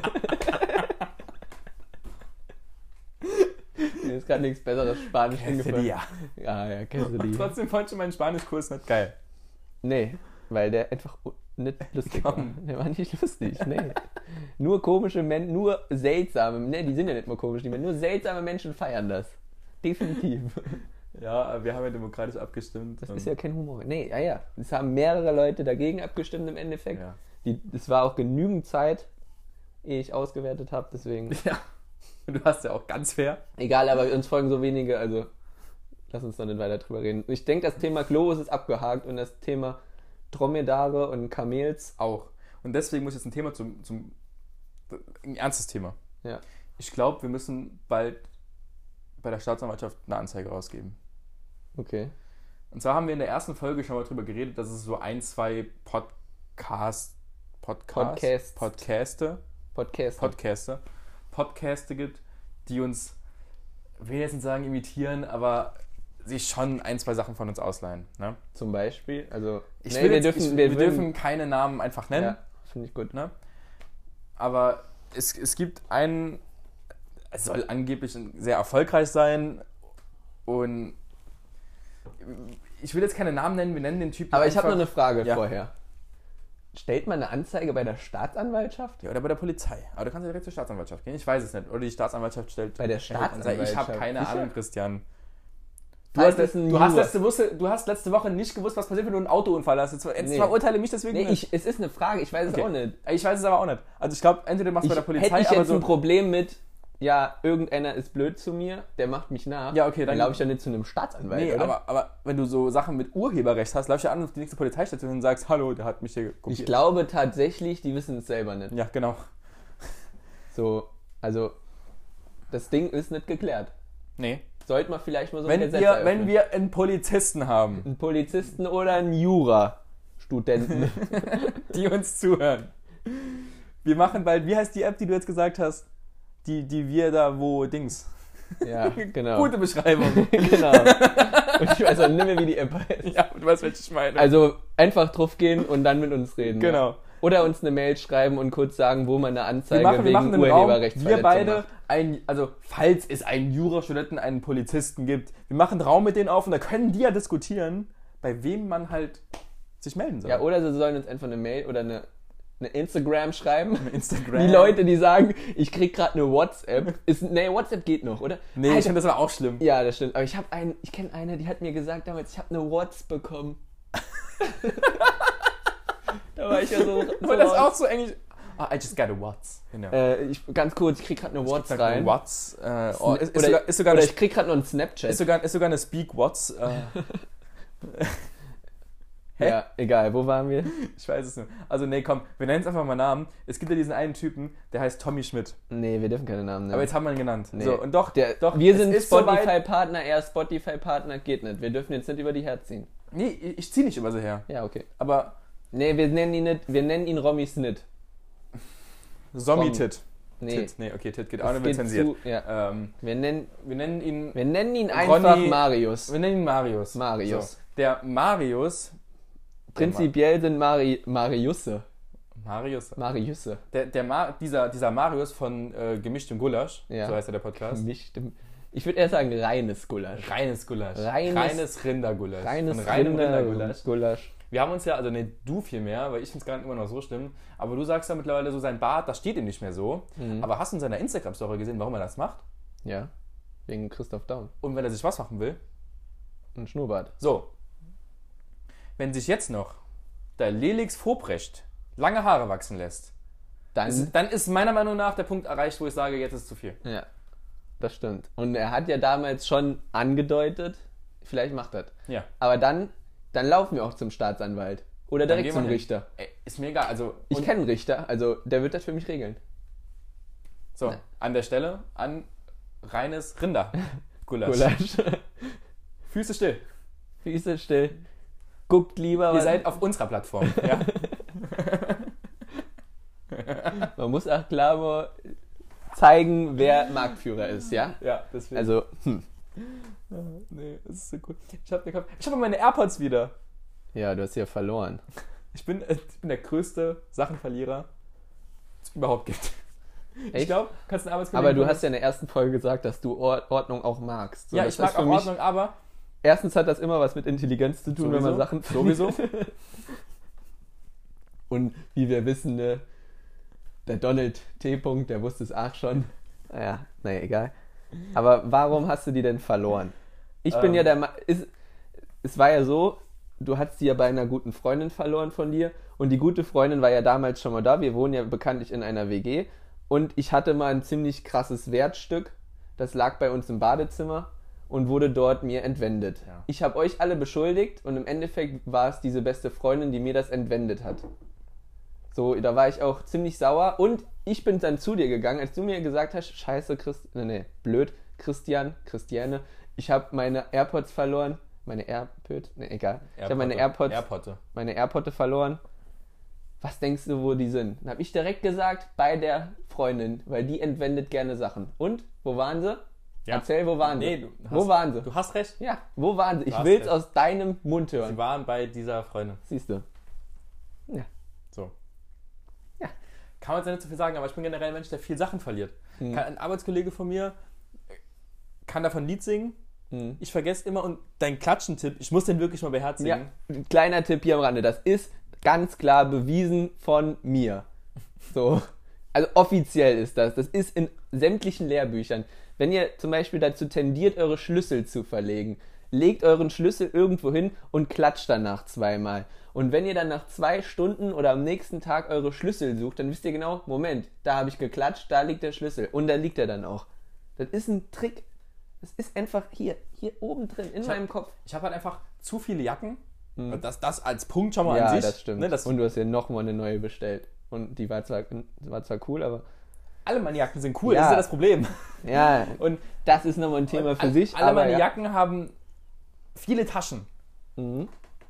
Mir ist gerade nichts Besseres Spanisch eingefallen. Ja. Ja, ja, Quesadilla. Trotzdem fand ich meinen Spanischkurs nicht geil. Nee, weil der einfach u- nicht lustig war. Komm. Der war nicht lustig, nee. Nur komische Menschen, nur seltsame, ne, die sind ja nicht mal komisch, die Menschen, nur seltsame Menschen feiern das. Definitiv. Ja, aber wir haben ja demokratisch abgestimmt. Das ist ja kein Humor. Nee, ja, ja. Es haben mehrere Leute dagegen abgestimmt im Endeffekt. Ja. Die, es war auch genügend Zeit, ehe ich ausgewertet habe, deswegen. Ja. Du hast ja auch ganz fair. Egal, aber uns folgen so wenige, also lass uns doch nicht weiter drüber reden. Ich denke, das Thema Globus ist abgehakt und das Thema Dromedare und Kamels Auch. Und deswegen muss ich jetzt ein Thema zum, zum ein ernstes Thema. Ja. Ich glaube, wir müssen bald bei der Staatsanwaltschaft eine Anzeige rausgeben. Okay. Und zwar haben wir in der ersten Folge schon mal drüber geredet, dass es so ein, zwei Podcast, Podcast, Podcasts. Podcaste, Podcast. Podcaste, Podcaste gibt, die uns, ich will jetzt nicht sagen imitieren, aber sich schon ein, zwei Sachen von uns ausleihen. Ne? Zum Beispiel. Also, Ich nee, will wir, jetzt, dürfen, ich, wir, wir würden- dürfen keine Namen einfach nennen. Ja, finde ich gut. Ne? Aber es, es gibt einen, es soll angeblich sehr erfolgreich sein und ich will jetzt keine Namen nennen, wir nennen den Typen Aber ich habe einfach- noch eine Frage Ja. vorher. stellt man eine Anzeige bei der Staatsanwaltschaft? Ja, oder bei der Polizei. Aber du kannst ja direkt zur Staatsanwaltschaft gehen. Ich weiß es nicht. Oder die Staatsanwaltschaft stellt... Bei der Staatsanwaltschaft? Ich habe keine Sicher? Ahnung, Christian. Du, Falls hast, es ein du, hast Jura- letzte Woche, du hast letzte Woche nicht gewusst, was passiert, wenn du einen Autounfall hast. Jetzt, jetzt Nee. verurteile mich deswegen Nee, nicht. ich, es ist eine Frage, ich weiß es Okay. auch nicht. Ich weiß es aber auch nicht. Also ich glaube, entweder machst du bei der Ich, Polizei, hätte ich aber jetzt so... ein Problem mit, ja, irgendeiner ist blöd zu mir, der macht mich nach, Ja, okay, dann- laufe ich ja nicht zu einem Staatsanwalt, Nee, oder? aber, aber wenn du so Sachen mit Urheberrecht hast, laufst du ja an auf die nächste Polizeistation und sagst, hallo, der hat mich hier kopiert. Ich glaube tatsächlich, die wissen es selber nicht. Ja, genau. So, also, das Ding ist nicht geklärt. Nee. Sollte man vielleicht mal so Wenn, ein Gesetz wir, eröffnen. wenn wir einen Polizisten haben, Einen Polizisten oder einen Jura-Studenten. die uns zuhören. Wir machen bald, wie heißt die App, die du jetzt gesagt hast? Die, die wir da, wo Dings. Ja, genau. Gute Beschreibung. Genau. Und ich weiß auch nicht mehr, wie die App heißt. Ja, du weißt, welche ich meine. Also einfach drauf gehen und dann mit uns reden. Genau. Ja. Oder uns eine Mail schreiben und kurz sagen, wo man eine wir Anzeige machen, wir wegen machen einen Raum, Urheberrechtsverletzung wir beide, macht. ein, also falls es einen Jurastudenten, einen Polizisten gibt, wir machen einen Raum mit denen auf und da können die ja diskutieren, bei wem man halt sich melden soll. Ja, oder sie sollen uns einfach eine Mail oder eine, eine Instagram schreiben. Instagram. Die Leute, die sagen, ich krieg gerade eine WhatsApp. Ist, nee, WhatsApp geht noch, oder? Nee, ich Alter, finde das aber auch schlimm. ja, das stimmt. Aber ich habe einen, ich kenne eine, die hat mir gesagt damals, ich habe eine WhatsApp bekommen. Da war ich ja so. so Aber das ist raus. auch so englisch. Oh, I just got a What's. Genau. Äh, ich, ganz kurz, ich krieg gerade eine WhatsApp Sag rein. nur What's. Äh, oh, ist, ist, oder, sogar, ist, sogar oder eine, ich krieg gerade noch einen Snapchat. ist, sogar, ist sogar eine Speak What's. Äh, Hä? Ja, egal, wo waren wir? ich weiß es nicht. Also nee, komm, wir nennen es einfach mal Namen. Es gibt ja diesen einen Typen, der heißt Tommy Schmidt. Nee, wir dürfen keine Namen nennen. Aber jetzt haben wir ihn genannt. Nee. So, und doch, Der, doch wir es sind ist soweit- Spotify-Partner, er ist Spotify-Partner, geht nicht. Wir dürfen jetzt nicht über die herziehen. Nee, ich, ich zieh nicht über sie her. Ja, okay. Aber Nee, wir nennen ihn nicht, wir nennen ihn Romy Snit. Zombie-Tit. Nee, Tit. Nee, okay, Tit geht das auch nicht mehr geht zensiert. zu, ja. Ähm, wir, nennen, wir nennen ihn... wir nennen ihn einfach Ronny- Marius. Wir nennen ihn Marius. Marius. So. Der Marius... Prinzipiell sind Mari, Mariusse. Marius. Mariusse. Der, der Ma, dieser, dieser Marius von äh, Gemischtem Gulasch, Ja. so heißt ja der Podcast. Nicht, ich würde eher sagen reines Gulasch. Reines Gulasch. Reines- Reines Rindergulasch. Reines Von reinem Rinder- Rindergulasch. Gulasch. Wir haben uns ja, also ne, du viel mehr, weil ich finde es gar nicht immer noch so schlimm, aber du sagst ja mittlerweile so, sein Bart, das steht ihm nicht mehr so. Mhm. Aber hast du in seiner Instagram-Story gesehen, warum er das macht? Ja, wegen Christoph Daum. Und wenn er sich was machen will? Ein Schnurrbart. So. Wenn sich jetzt noch der Lelix Vobrecht lange Haare wachsen lässt, Dann, ist, dann ist meiner Meinung nach der Punkt erreicht, wo ich sage, jetzt ist es zu viel. ja, das stimmt. Und er hat ja damals schon angedeutet, vielleicht macht er das. Ja. Aber dann, dann laufen wir auch zum Staatsanwalt. Oder Dann direkt gehen wir zum hin. Richter. Ey, ist mir egal. Also, Ich und- kenne einen Richter, also der wird das für mich regeln. So, Ne. an der Stelle an reines Rindergulasch. Gulasch. Füße still. Füße still. Guckt lieber, Ihr was- seid auf unserer Plattform. Ja? man muss auch klar mal zeigen, wer Marktführer ist, ja? ja, deswegen. Also, hm. nee, das ist so cool. Ich habe ich hab meine AirPods wieder. Ja, du hast ja verloren. Ich bin, ich bin der größte Sachenverlierer, es überhaupt gibt. Ich Echt? glaube, kannst einen Arbeitskollegen... Aber du hast ja in der ersten Folge gesagt, dass du Or- Ordnung auch magst. So, Ja, das ich mag ist für auch mich- Ordnung, aber... Erstens hat das immer was mit Intelligenz zu tun, wenn man Sachen Sowieso. Und wie wir wissen, ne, der Donald T. -Punkt, der wusste es auch schon. Naja, naja, egal. Aber warum hast du die denn verloren? Ich bin Ähm. ja der Ma- ist, es war ja so, du hast die ja bei einer guten Freundin verloren von dir und die gute Freundin war ja damals schon mal da. Wir wohnen ja bekanntlich in einer W G und ich hatte mal ein ziemlich krasses Wertstück. Das lag bei uns im Badezimmer und wurde dort mir entwendet. Ja. Ich habe euch alle beschuldigt und im Endeffekt war es diese beste Freundin, die mir das entwendet hat. So, da war ich auch ziemlich sauer und ich bin dann zu dir gegangen, als du mir gesagt hast, scheiße, Christ, nee, nee, blöd, Christian, Christiane, ich habe meine AirPods verloren, meine AirPods, nee, egal, ich habe meine AirPods, Airpotte. meine AirPods verloren. Was denkst du, wo die sind? Dann habe ich direkt gesagt, bei der Freundin, weil die entwendet gerne Sachen. Und, wo waren sie? Ja. Erzähl, wo waren Nee, sie? du Wo hast- waren sie? Du hast recht. Ja, wo waren sie? Ich hast will es recht. aus deinem Mund Sie hören. waren bei dieser Freundin. Siehst du. Ja. So. Ja. Kann man jetzt nicht so viel sagen, aber ich bin generell ein Mensch, der viel Sachen verliert. Kann, ein Arbeitskollege von mir kann davon ein Lied singen. Hm. Ich vergesse immer und dein Klatschentipp, ich muss den wirklich mal beherzigen. Ja, kleiner Tipp hier am Rande, das ist ganz klar bewiesen von mir. So. Also offiziell ist das. Das ist in sämtlichen Lehrbüchern. Wenn ihr zum Beispiel dazu tendiert, eure Schlüssel zu verlegen, legt euren Schlüssel irgendwo hin und klatscht danach zweimal. Und wenn ihr dann nach zwei Stunden oder am nächsten Tag eure Schlüssel sucht, dann wisst ihr genau, Moment, da habe ich geklatscht, da liegt der Schlüssel. Und da liegt er dann auch. Das ist ein Trick. Das ist einfach hier, hier oben drin, in ich meinem hab, Kopf. Ich habe halt einfach zu viele Jacken. Hm. Das, das als Punkt schon mal Ja, an sich. das stimmt. Ne, das und du hast ja nochmal eine neue bestellt. Und die war zwar, war zwar cool, aber... Alle meine Jacken sind cool, Ja. das ist ja das Problem. Ja, Und das ist nochmal ein Thema für all, sich. Alle aber meine ja. Jacken haben viele Taschen. Mhm.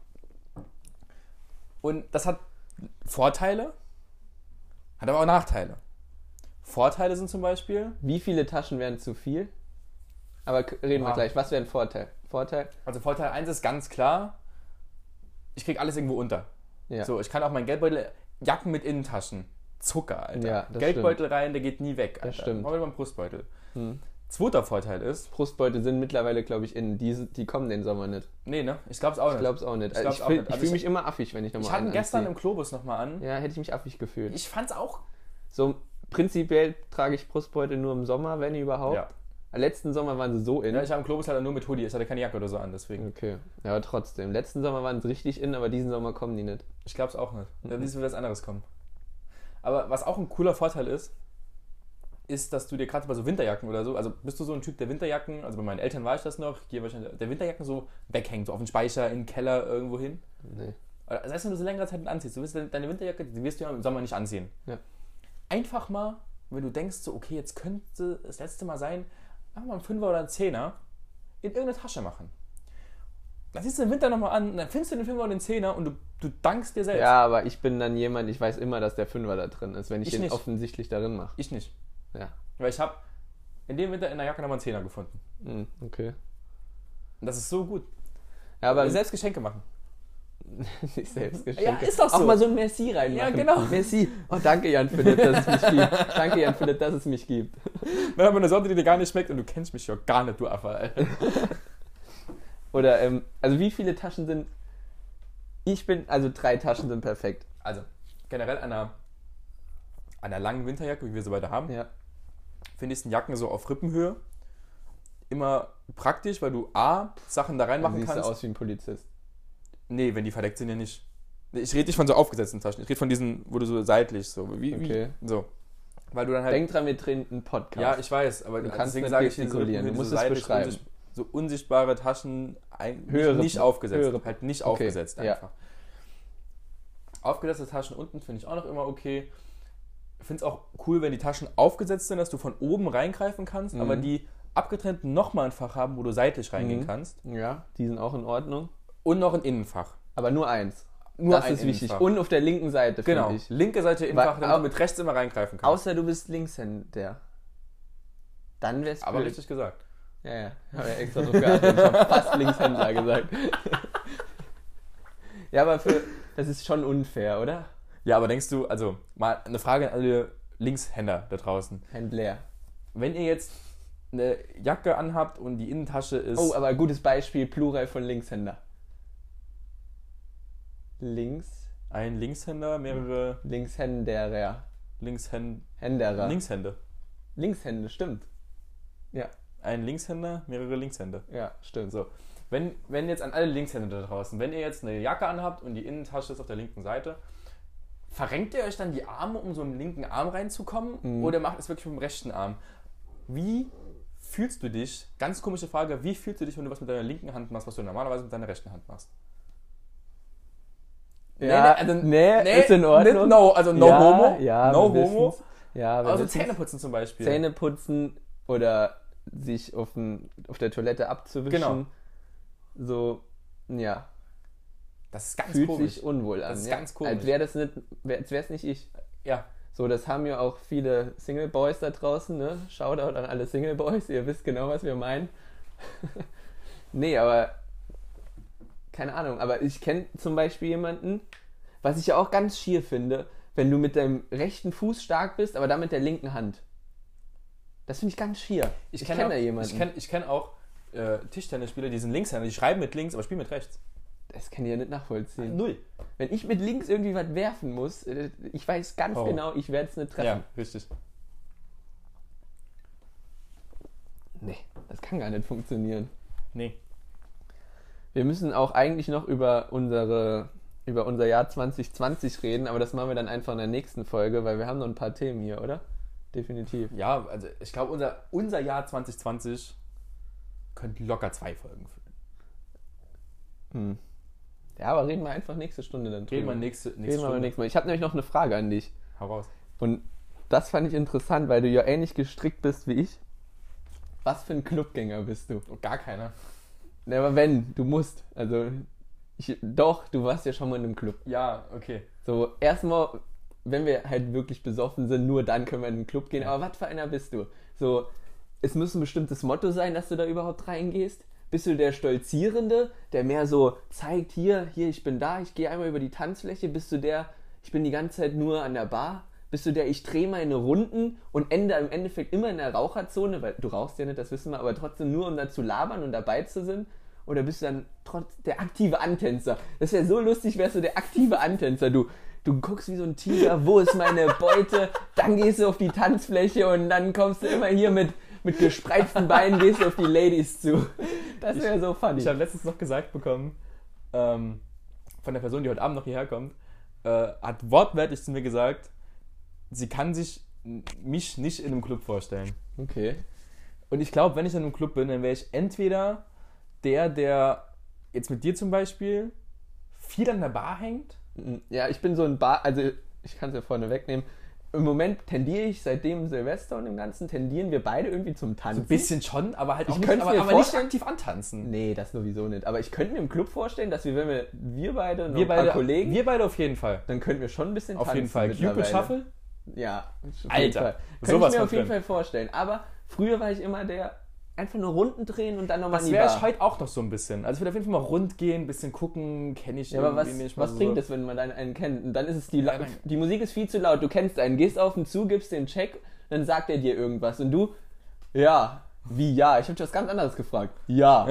Und das hat Vorteile, hat aber auch Nachteile. Vorteile sind zum Beispiel, Wie viele Taschen wären zu viel? Aber k- reden wir Ja. gleich. Was wäre ein Vorteil? Vorteil? also Vorteil eins ist ganz klar, ich krieg alles irgendwo unter. Ja. So, ich kann auch meinen Geldbeutel, Jacken mit Innentaschen, Zucker, Alter. Ja, das Geldbeutel rein, der geht nie weg, Alter. Das stimmt. Mal wieder beim Brustbeutel. Hm. Zweiter Vorteil ist, Brustbeutel sind mittlerweile, glaube ich, in. Die, die kommen den Sommer nicht. nee, ne, ich glaub's auch Ich nicht. glaube es auch nicht. Ich Also glaub's ich auch fühl- nicht. ich Also fühle ich- mich immer affig, wenn ich nochmal Ich hatte einen ihn gestern anziehe. im Globus nochmal an. Ja, hätte ich mich affig gefühlt. Ich fand's auch, So, prinzipiell trage ich Brustbeutel nur im Sommer, wenn überhaupt. ja. Letzten Sommer waren sie so in. ja. Ich habe im Globus halt nur mit Hoodie, ich hatte keine Jacke oder so an, deswegen. Okay, ja, aber trotzdem. Letzten Sommer waren sie richtig in, aber diesen Sommer kommen die nicht. Ich glaub's auch nicht. Da Mhm. wird was anderes kommen. Aber was auch ein cooler Vorteil ist, ist, dass du dir gerade bei so Winterjacken oder so, also bist du so ein Typ, der Winterjacken, also bei meinen Eltern war ich das noch, hier wahrscheinlich, der Winterjacken so weghängt, so auf den Speicher, in den Keller, irgendwo hin. Nee. Oder das heißt, wenn du so längere Zeit anziehst, du wirst deine Winterjacke, die wirst du ja im Sommer nicht anziehen. Ja. Einfach mal, wenn du denkst, so, okay, jetzt könnte das letzte Mal sein, einfach mal einen Fünfer oder einen Zehner in irgendeine Tasche machen. Dann ziehst du den Winter nochmal an, und dann findest du den Fünfer und den Zehner und du, du dankst dir selbst. Ja, aber ich bin dann jemand, ich weiß immer, dass der Fünfer da drin ist, wenn ich, Ich den nicht. offensichtlich darin mache. Ich nicht. Ja. Weil ich habe in dem Winter in der Jacke nochmal einen Zehner gefunden. Hm, okay. Und das ist so gut. Ja, aber Selbst Geschenke machen. sich selbst geschenkt. Ja, ist doch so. Auch mal so ein Merci reinmachen. Ja, genau. Merci. Oh, danke Jan Philipp, dass es mich gibt. Danke Jan Philipp, dass es mich gibt. Wenn man eine Sorte, die dir gar nicht schmeckt und du kennst mich ja gar nicht, du Affe, Alter. Oder, ähm, also wie viele Taschen sind... Ich bin, also drei Taschen sind perfekt. Also, generell an einer, an einer langen Winterjacke, wie wir sie beide haben, Ja. finde ich, sind Jacken so auf Rippenhöhe immer praktisch, weil du A, Sachen da Dann reinmachen siehst kannst. du aus wie ein Polizist. Nee, wenn die verdeckt sind, ja nicht. Ich rede nicht von so aufgesetzten Taschen. Ich rede von diesen, wo du so seitlich so, wie, Okay. wie so. Weil du dann halt... Denk dran, wir drehen einen Podcast. Ja, ich weiß, aber Du kannst deswegen nicht sage ich, diese gestikulieren, du Rippenhöhe, musst so es seitlich, beschreiben. unsicht- so unsichtbare Taschen, ein, Höhere- nicht aufgesetzt, höhere- halt nicht okay, aufgesetzt ja. einfach. Aufgesetzte Taschen unten finde ich auch noch immer okay. Ich finde es auch cool, wenn die Taschen aufgesetzt sind, dass du von oben reingreifen kannst, Mhm. aber die abgetrennten nochmal ein Fach haben, wo du seitlich reingehen Mhm. kannst. Ja, die sind auch in Ordnung. Und noch ein Innenfach. Aber nur eins. Nur das ein ist wichtig. Innenfach. Und auf der linken Seite, Genau. finde ich. Linke Seite Innenfach, Weil- damit du mit rechts immer reingreifen kannst. Außer du bist Linkshänder. Dann wär's aber blöd. richtig gesagt. Ja, ja. Ich habe ja extra drauf geachtet. Ich habe fast Linkshänder gesagt. Ja, aber für, das ist schon unfair, oder? Ja, aber denkst du, also mal eine Frage an alle Linkshänder da draußen. Händler. Wenn ihr jetzt eine Jacke anhabt und die Innentasche ist... Oh, aber gutes Beispiel, Plural von Linkshänder. Links, ein Linkshänder, mehrere Linkshänderer. Linkshänder. Händerer. Linkshände. Linkshände, stimmt. Ja, Ein Linkshänder, mehrere Linkshände. ja, stimmt. So. Wenn, wenn jetzt an alle Linkshänder da draußen, wenn ihr jetzt eine Jacke anhabt und die Innentasche ist auf der linken Seite, verrenkt ihr euch dann die Arme, um so im linken Arm reinzukommen? Mhm. Oder macht es wirklich mit dem rechten Arm? Wie fühlst du dich, ganz komische Frage, wie fühlst du dich, wenn du was mit deiner linken Hand machst, was du normalerweise mit deiner rechten Hand machst? Ja, nee, also, nee, ist in Ordnung. Nicht no, also no ja, homo, ja, no wir homo. wissen's. Ja, wir Also wissen's. Zähneputzen zum Beispiel. Zähne putzen oder sich auf, den, auf der Toilette abzuwischen. Genau. So, ja. Das ist ganz Fühlt komisch. sich unwohl an. Das ist ja. ganz komisch. Als wäre das nicht, wär, als wär's nicht ich. Ja. So, das haben ja auch viele Single Boys da draußen, ne? Shoutout an alle Single Boys, ihr wisst genau, was wir meinen. Nee, aber keine Ahnung, aber ich kenne zum Beispiel jemanden, was ich ja auch ganz schier finde, wenn du mit deinem rechten Fuß stark bist, aber dann mit der linken Hand. Das finde ich ganz schier. Ich, kenn kenne da auch, jemanden. Ich kenne ich kenn auch äh, Tischtennisspieler, die sind Linkshänder, die schreiben mit links, aber spielen mit rechts. Das kann ich ja nicht nachvollziehen. Null. Wenn ich mit links irgendwie was werfen muss, ich weiß ganz oh. genau, ich werde es nicht treffen. Ja, richtig. Nee, das kann gar nicht funktionieren. Nee. Wir müssen auch eigentlich noch über unsere über unser Jahr zwanzig zwanzig reden, aber das machen wir dann einfach in der nächsten Folge, weil wir haben noch ein paar Themen hier, oder? Definitiv. Ja, also ich glaube, unser, unser Jahr zwanzig zwanzig könnte locker zwei Folgen füllen. Hm. Ja, aber reden wir einfach nächste Stunde dann drüber. Reden wir nächste, nächste reden wir Stunde. nächstes Mal. Ich habe nämlich noch eine Frage an dich. Hau raus. Und das fand ich interessant, weil du ja ähnlich gestrickt bist wie ich. Was für ein Clubgänger bist du? Oh, gar keiner. Ne, aber wenn, du musst. Also, ich, doch, du warst ja schon mal in einem Club. Ja, okay. So, erstmal, wenn wir halt wirklich besoffen sind, nur dann können wir in den Club gehen. Aber was für einer bist du? So, es muss ein bestimmtes Motto sein, dass du da überhaupt reingehst. Bist du der Stolzierende, der mehr so zeigt, hier, hier, ich bin da, ich gehe einmal über die Tanzfläche? Bist du der, ich bin die ganze Zeit nur an der Bar? Bist du der, ich drehe meine Runden und ende im Endeffekt immer in der Raucherzone, weil du rauchst ja nicht, das wissen wir, aber trotzdem nur, um da zu labern und dabei zu sein? Oder bist du dann trotz der aktive Antänzer? Das wäre so lustig, wärst du der aktive Antänzer. Du, du guckst wie so ein Tiger, wo ist meine Beute? Dann gehst du auf die Tanzfläche und dann kommst du immer hier mit, mit gespreizten Beinen, gehst du auf die Ladies zu. Das wäre so funny. Ich habe letztens noch gesagt bekommen, ähm, von der Person, die heute Abend noch hierher kommt, äh, hat wortwörtlich zu mir gesagt, sie kann sich mich nicht in einem Club vorstellen. Okay. Und ich glaube, wenn ich in einem Club bin, dann wäre ich entweder der, der jetzt mit dir zum Beispiel viel an der Bar hängt. Ja, ich bin so ein Bar, also ich kann es ja vorne wegnehmen. Im Moment tendiere ich, seitdem Silvester und dem Ganzen, tendieren wir beide irgendwie zum Tanzen. So ein bisschen schon, aber halt auch ich nicht, aber, mir aber nicht aktiv antanzen. Nee, das sowieso nicht. Aber ich könnte mir im Club vorstellen, dass wir, wenn wir, wir beide und wir ein paar beide, Kollegen... Wir beide auf jeden Fall. Dann könnten wir schon ein bisschen auf tanzen. Auf jeden Fall. Cupid Shuffle? Ja. Alter. Könnte ich mir auf jeden Fall vorstellen. Aber früher war ich immer der... Einfach nur Runden drehen und dann nochmal in die Bar. Das wäre ich heute auch noch so ein bisschen. Also ich würde auf jeden Fall mal rund gehen, ein bisschen gucken, kenne ich ja, aber was, nicht was so. bringt es, wenn man dann einen kennt? Und dann ist es die, La- die Musik ist viel zu laut, du kennst einen, gehst auf ihn zu, gibst den Check, dann sagt er dir irgendwas und du, ja, wie ja? Ich habe dich was ganz anderes gefragt. Ja.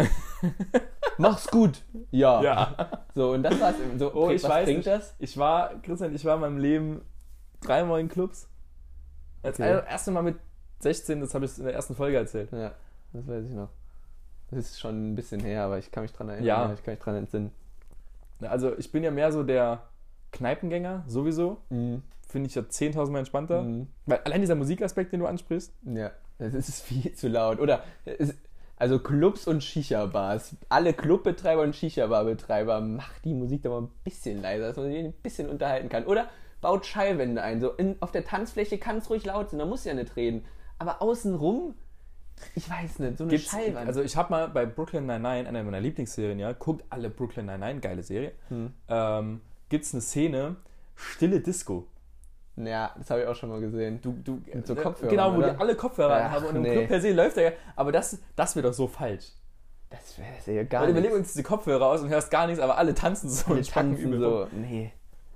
Mach's gut. Ja. Ja. So, und das war's. So, oh, okay, ich was weiß bringt nicht. das? Ich war, Christian, ich war in meinem Leben dreimal in Clubs. Das Okay. erste Mal mit sechzehn, das habe ich in der ersten Folge erzählt. Ja, das weiß ich noch. Das ist schon ein bisschen her, aber ich kann mich dran erinnern. Ja. Ja, ich kann mich dran entsinnen. Also ich bin ja mehr so der Kneipengänger, sowieso. Mhm. Finde ich ja zehntausend Mal entspannter. Mhm. Weil allein dieser Musikaspekt, den du ansprichst. Ja, das ist viel zu laut. Oder, es, also Clubs und Shisha-Bars. Alle Clubbetreiber und Shisha-Bar-Betreiber, macht die Musik doch mal ein bisschen leiser, dass man sich ein bisschen unterhalten kann. Oder baut Schallwände ein. So in, auf der Tanzfläche kann es ruhig laut sein, da muss ja nicht reden. Aber außenrum... Ich weiß nicht, so eine Gibt's, Schallwand. Also ich habe mal bei Brooklyn Nine-Nine, einer meiner Lieblingsserien, ja, guckt alle Brooklyn Nine-Nine, geile Serie, hm. ähm, gibt es eine Szene, stille Disco. Ja, das habe ich auch schon mal gesehen. Du, du, Mit so äh, Kopfhörern, genau, wo oder? die alle Kopfhörer Ach, haben und im nee. Club per se läuft der ja, aber das, das wäre doch so falsch. Das wäre ja gar Weil nicht. überleg uns diese Kopfhörer aus und hörst gar nichts, aber alle tanzen so Wir und spacken tanzen übel so. rum. Nee.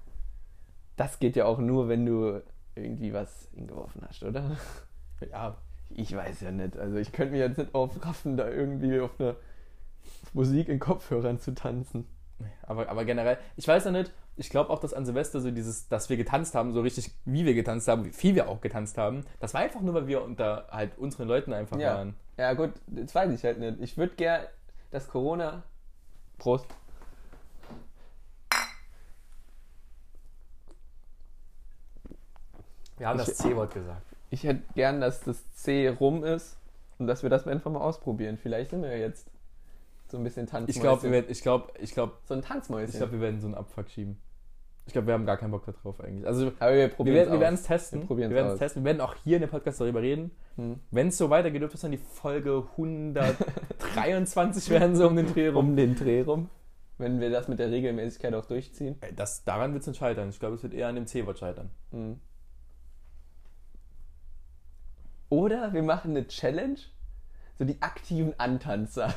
Das geht ja auch nur, wenn du irgendwie was hingeworfen hast, oder? Ja. Ich weiß ja nicht. Also ich könnte mich jetzt nicht aufraffen, da irgendwie auf eine Musik in Kopfhörern zu tanzen. Aber, aber generell, ich weiß ja nicht, ich glaube auch, dass an Silvester so dieses, dass wir getanzt haben, so richtig, wie wir getanzt haben, wie viel wir auch getanzt haben, das war einfach nur, weil wir unter halt unseren Leuten einfach Ja. waren. Ja gut, das weiß ich halt nicht. Ich würde gern das Corona... Prost. Wir haben Ich- das C-Wort gesagt. Ich hätte gern, dass das C rum ist und dass wir das einfach mal ausprobieren. Vielleicht sind wir ja jetzt so ein bisschen Tanzmäuschen. Ich glaube, wir werden, ich glaube, ich glaube, So ein Tanzmäuschen. ich glaube, wir werden so einen Abfuck schieben. Ich glaube, wir haben gar keinen Bock darauf eigentlich. Also Aber wir wir probieren werden wir werden es es testen. Wir probieren's wir werden es aus. testen. Wir werden auch hier in dem Podcast darüber reden. Hm. Wenn es so weitergeht, dürfte es dann die Folge hundertdreiundzwanzig werden, so um den Dreh rum. Um den Dreh rum. Wenn wir das mit der Regelmäßigkeit auch durchziehen. Ey, Das, daran wird es nicht scheitern. Ich glaube, es wird eher an dem C-Wort scheitern. Hm. Oder wir machen eine Challenge. So die aktiven Antanzer.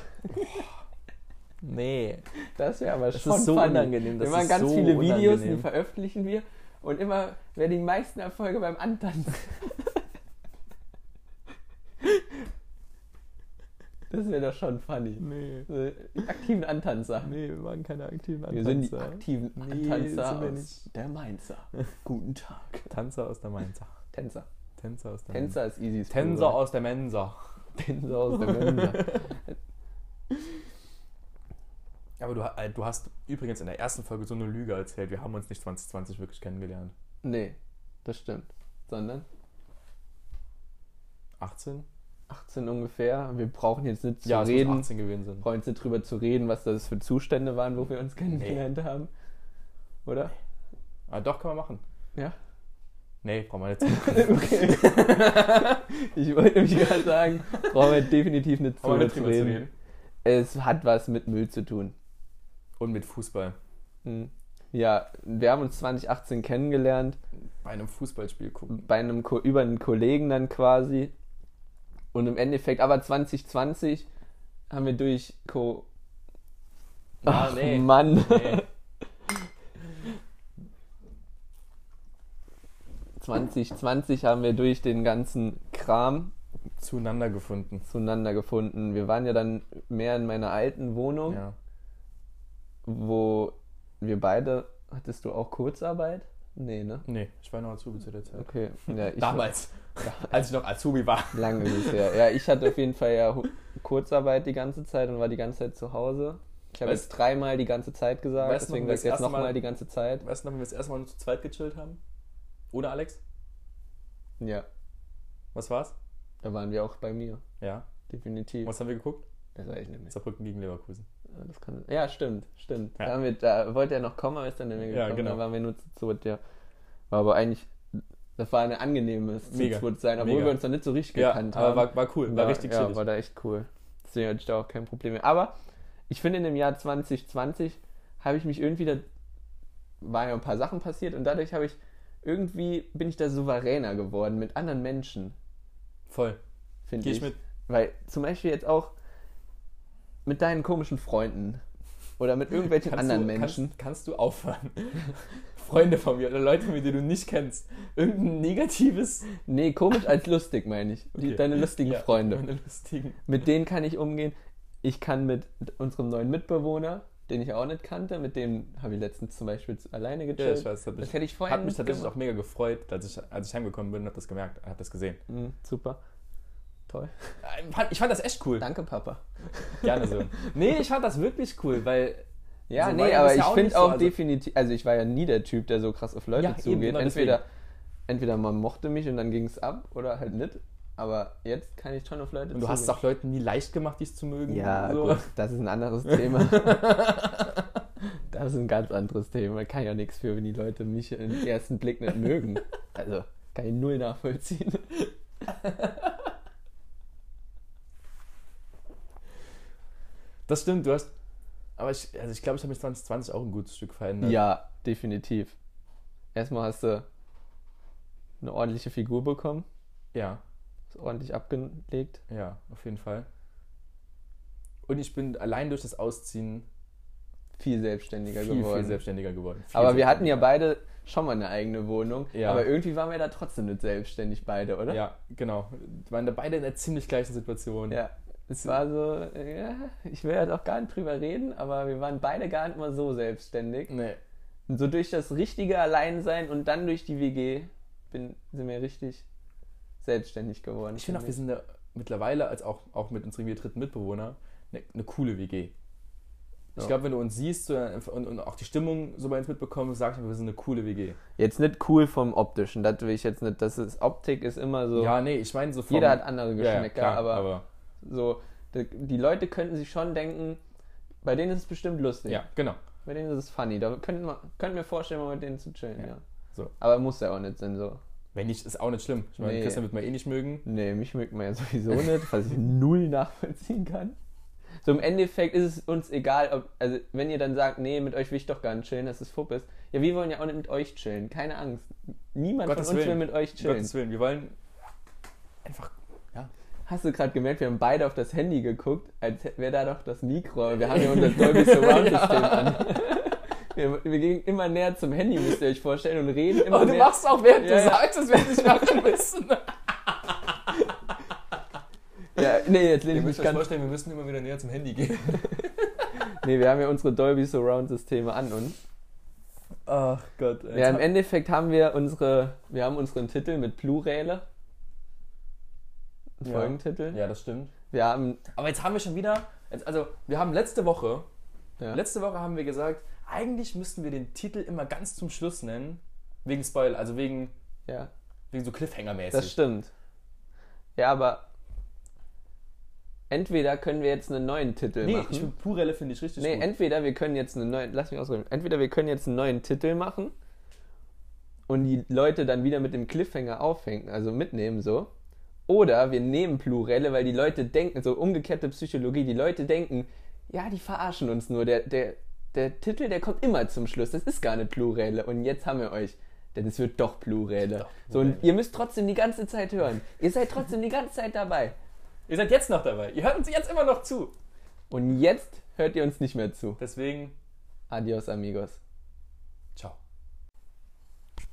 Nee. Das wäre aber Das schon ist so funny. unangenehm. Das wir machen ist ganz so viele Videos, unangenehm. die veröffentlichen wir. Und immer, wer die meisten Erfolge beim Antanzen. Das wäre doch schon funny. Nee. So, aktiven Antanzer. Nee, wir waren keine aktiven Wir sind die aktiven Nee, Antanzer sind wir aus nicht. der Mainzer. Guten Tag. Tanzer aus der Mainzer. Tänzer. Tänzer aus der Tänzer ist easy. Tänzer aus der Mensa. Tänzer aus der Mensa. Aber du, äh, du hast übrigens in der ersten Folge so eine Lüge erzählt. Wir haben uns nicht zwanzig zwanzig wirklich kennengelernt. Nee, das stimmt. Sondern achtzehn? achtzehn ungefähr. Wir brauchen jetzt nicht zu Ja, es muss reden. achtzehn gewesen sind. brauchen jetzt nicht drüber zu reden, was das für Zustände waren, wo wir uns kennengelernt haben. Oder? Ah, doch, kann man machen. Ja? Nee, brauchen wir nicht. Okay. Ich wollte nämlich gerade sagen, brauchen wir definitiv nicht Brauchen wir drüber nicht zu drüber zu reden. reden. Es hat was mit Müll zu tun. Und mit Fußball. Hm. Ja, wir haben uns zwanzig achtzehn kennengelernt, Bei einem Fußballspiel gucken. bei einem Ko- über einen Kollegen dann quasi. Und im Endeffekt, aber zwanzig zwanzig haben wir durch Co... Ah, Ach, nee. Mann. Nee. zwanzig zwanzig haben wir durch den ganzen Kram Zueinander gefunden. zueinander gefunden. Wir waren ja dann mehr in meiner alten Wohnung, Ja. wo wir beide... Hattest du auch Kurzarbeit? Nee, ne? Nee, ich war noch Azubi zu der Zeit. Okay. Ja, ich Damals, als ich noch Azubi war. Lange ist es her. Ja, ich hatte auf jeden Fall ja Hu- Kurzarbeit die ganze Zeit und war die ganze Zeit zu Hause. Ich habe Weißt- jetzt dreimal die ganze Zeit gesagt, Weißt du noch, deswegen wo wir sag ich das jetzt erste nochmal Mal- die ganze Zeit. Weißt du noch, wenn wir das erste Mal nur zu zweit gechillt haben? Oder Alex? Ja, Was war's? da waren wir auch bei mir, Ja. definitiv. Was haben wir geguckt? Das weiß ich nicht mehr. Saarbrücken gegen Leverkusen. Ja, das kann, ja, stimmt, stimmt. Ja. Da, haben wir, da wollte er noch kommen, aber ist dann nicht mehr Ja, gekommen. genau. Da waren wir nur zu zweit, ja. War aber eigentlich, das war ein angenehmes Mega. zu zweit sein, obwohl Mega. wir uns noch nicht so richtig Ja, gekannt aber haben. war, war cool. War richtig ja, chillig. war da echt cool. Deswegen hatte ich da auch kein Problem mehr. Aber ich finde, in dem Jahr zwanzig zwanzig habe ich mich irgendwie, da waren ja ein paar Sachen passiert und dadurch habe ich, irgendwie bin ich da souveräner geworden mit anderen Menschen, Voll. finde Geh ich. ich mit. Weil zum Beispiel jetzt auch mit deinen komischen Freunden oder mit irgendwelchen Kannst anderen du, Menschen. Kannst, kannst du aufhören? Freunde von mir oder Leute, mit denen du nicht kennst. Irgendein negatives... Nee, komisch als lustig meine ich. Die, Okay. deine lustigen Ja, Freunde. Meine lustigen. Mit denen kann ich umgehen. Ich kann mit unserem neuen Mitbewohner, den ich auch nicht kannte, mit dem habe ich letztens zum Beispiel alleine Ja, gechillt. ich weiß. Das hat mich, Das hätte ich vorher hat mich nicht tatsächlich gemacht. auch mega gefreut, als ich, als ich heimgekommen bin und habe das gemerkt, habe das gesehen. Mhm, super. Toll. Ich fand, ich fand das echt cool. Danke, Papa. Gerne so. Nee, ich fand das wirklich cool, weil... Ja, so war nee, ja aber bisher ich auch finde nicht so, auch also- definitiv, also ich war ja nie der Typ, der so krass auf Leute Ja, eben, zugeht. genau entweder, entweder man mochte mich und dann ging es ab oder halt nicht. Aber jetzt kann ich schon auf Leute Und du hast es auch Leuten nie leicht gemacht, dies zu mögen. Ja, so. gut, das ist ein anderes Thema. Das ist ein ganz anderes Thema. Kann ja nichts für, wenn die Leute mich im ersten Blick nicht mögen. Also, kann ich null nachvollziehen. Das stimmt, du hast... Aber ich, also ich glaube, ich habe mich zwanzig zwanzig auch ein gutes Stück verändert. Ja, definitiv. Erstmal hast du eine ordentliche Figur bekommen, Ja, ist ordentlich abgelegt. ja, auf jeden Fall. Und ich bin allein durch das Ausziehen Viel selbstständiger viel, geworden. viel selbstständiger geworden. Viel aber wir hatten ja selbstständiger. beide schon mal eine eigene Wohnung. Ja. Aber irgendwie waren wir da trotzdem nicht selbstständig beide, oder? Ja, genau. Wir waren da beide in einer ziemlich gleichen Situation. Ja. Es war so, ja, ich will halt auch gar nicht drüber reden, aber wir waren beide gar nicht mal so selbstständig. Nee. Und so durch das richtige Alleinsein und dann durch die W G bin, sind wir richtig selbstständig geworden. Ich finde auch, wir sind da mittlerweile, als auch, auch mit unserem dritten Mitbewohner, eine, eine coole W G. Ich Ja. glaube, wenn du uns siehst so, und, und auch die Stimmung so bei uns mitbekommst, sagst du, wir sind eine coole W G. Jetzt nicht cool vom Optischen, das will ich jetzt nicht. Das ist, Optik ist immer so, Ja, nee, ich meine so vom... jeder hat andere Ja, ja, Geschmäcker, klar, aber, aber so, die, die Leute könnten sich schon denken, bei denen ist es bestimmt lustig. ja, genau. Bei denen ist es funny. Da könnten wir, könnten wir vorstellen, mal mit denen zu chillen, Ja. ja. So. Aber muss ja auch nicht sein, so. Wenn nicht, ist auch nicht schlimm. Ich meine, Nee. Christian wird man eh nicht mögen. Nee, mich mögt man ja sowieso nicht, was ich null nachvollziehen kann. So im Endeffekt ist es uns egal, ob, also wenn ihr dann sagt, nee, mit euch will ich doch gar nicht chillen, das ist Fuppes. Ja, wir wollen ja auch nicht mit euch chillen, keine Angst. Niemand Gottes von uns Willen. will mit euch Um chillen. Gottes Willen, wir wollen einfach... Ja. Hast du gerade gemerkt, wir haben beide auf das Handy geguckt, als wäre da doch das Mikro. Aber wir haben ja unser Dolby Surround System an. Wir, wir gehen immer näher zum Handy, müsst ihr euch vorstellen, und reden immer Aber du näher. machst auch, während Ja, du ja. sagst, das werde ich machen müssen. Ja, Nee, jetzt lehne Ihr ich mich müsst euch ganz... vorstellen, wir müssen immer wieder näher zum Handy gehen. Nee, wir haben ja unsere Dolby Surround Systeme an uns. Ach Gott. Ja, im Endeffekt haben wir unsere, wir haben unseren Titel mit Pluräle. Ja. Folgentitel. Ja, das stimmt. Wir haben, Aber jetzt haben wir schon wieder, jetzt, also wir haben letzte Woche, ja. letzte Woche haben wir gesagt, eigentlich müssten wir den Titel immer ganz zum Schluss nennen, wegen Spoiler, also wegen, ja, wegen so Cliffhanger-mäßig. das stimmt. Ja, aber entweder können wir jetzt einen neuen Titel nee, machen. ich finde Plurelle finde ich richtig Nee, gut. entweder wir können jetzt einen neuen, lass mich ausreden, entweder wir können jetzt einen neuen Titel machen und die Leute dann wieder mit dem Cliffhanger aufhängen, also mitnehmen so. Oder wir nehmen Plurelle, weil die Leute denken, so umgekehrte Psychologie, die Leute denken, ja, die verarschen uns nur, der, der, der Titel, der kommt immer zum Schluss, das ist gar nicht Plurelle und jetzt haben wir euch, denn es wird doch Plurelle. Doch, so, und ihr müsst trotzdem die ganze Zeit hören, ihr seid trotzdem die ganze Zeit dabei. Ihr seid jetzt noch dabei, ihr hört uns jetzt immer noch zu. Und jetzt hört ihr uns nicht mehr zu. Deswegen, Adios, amigos. ciao.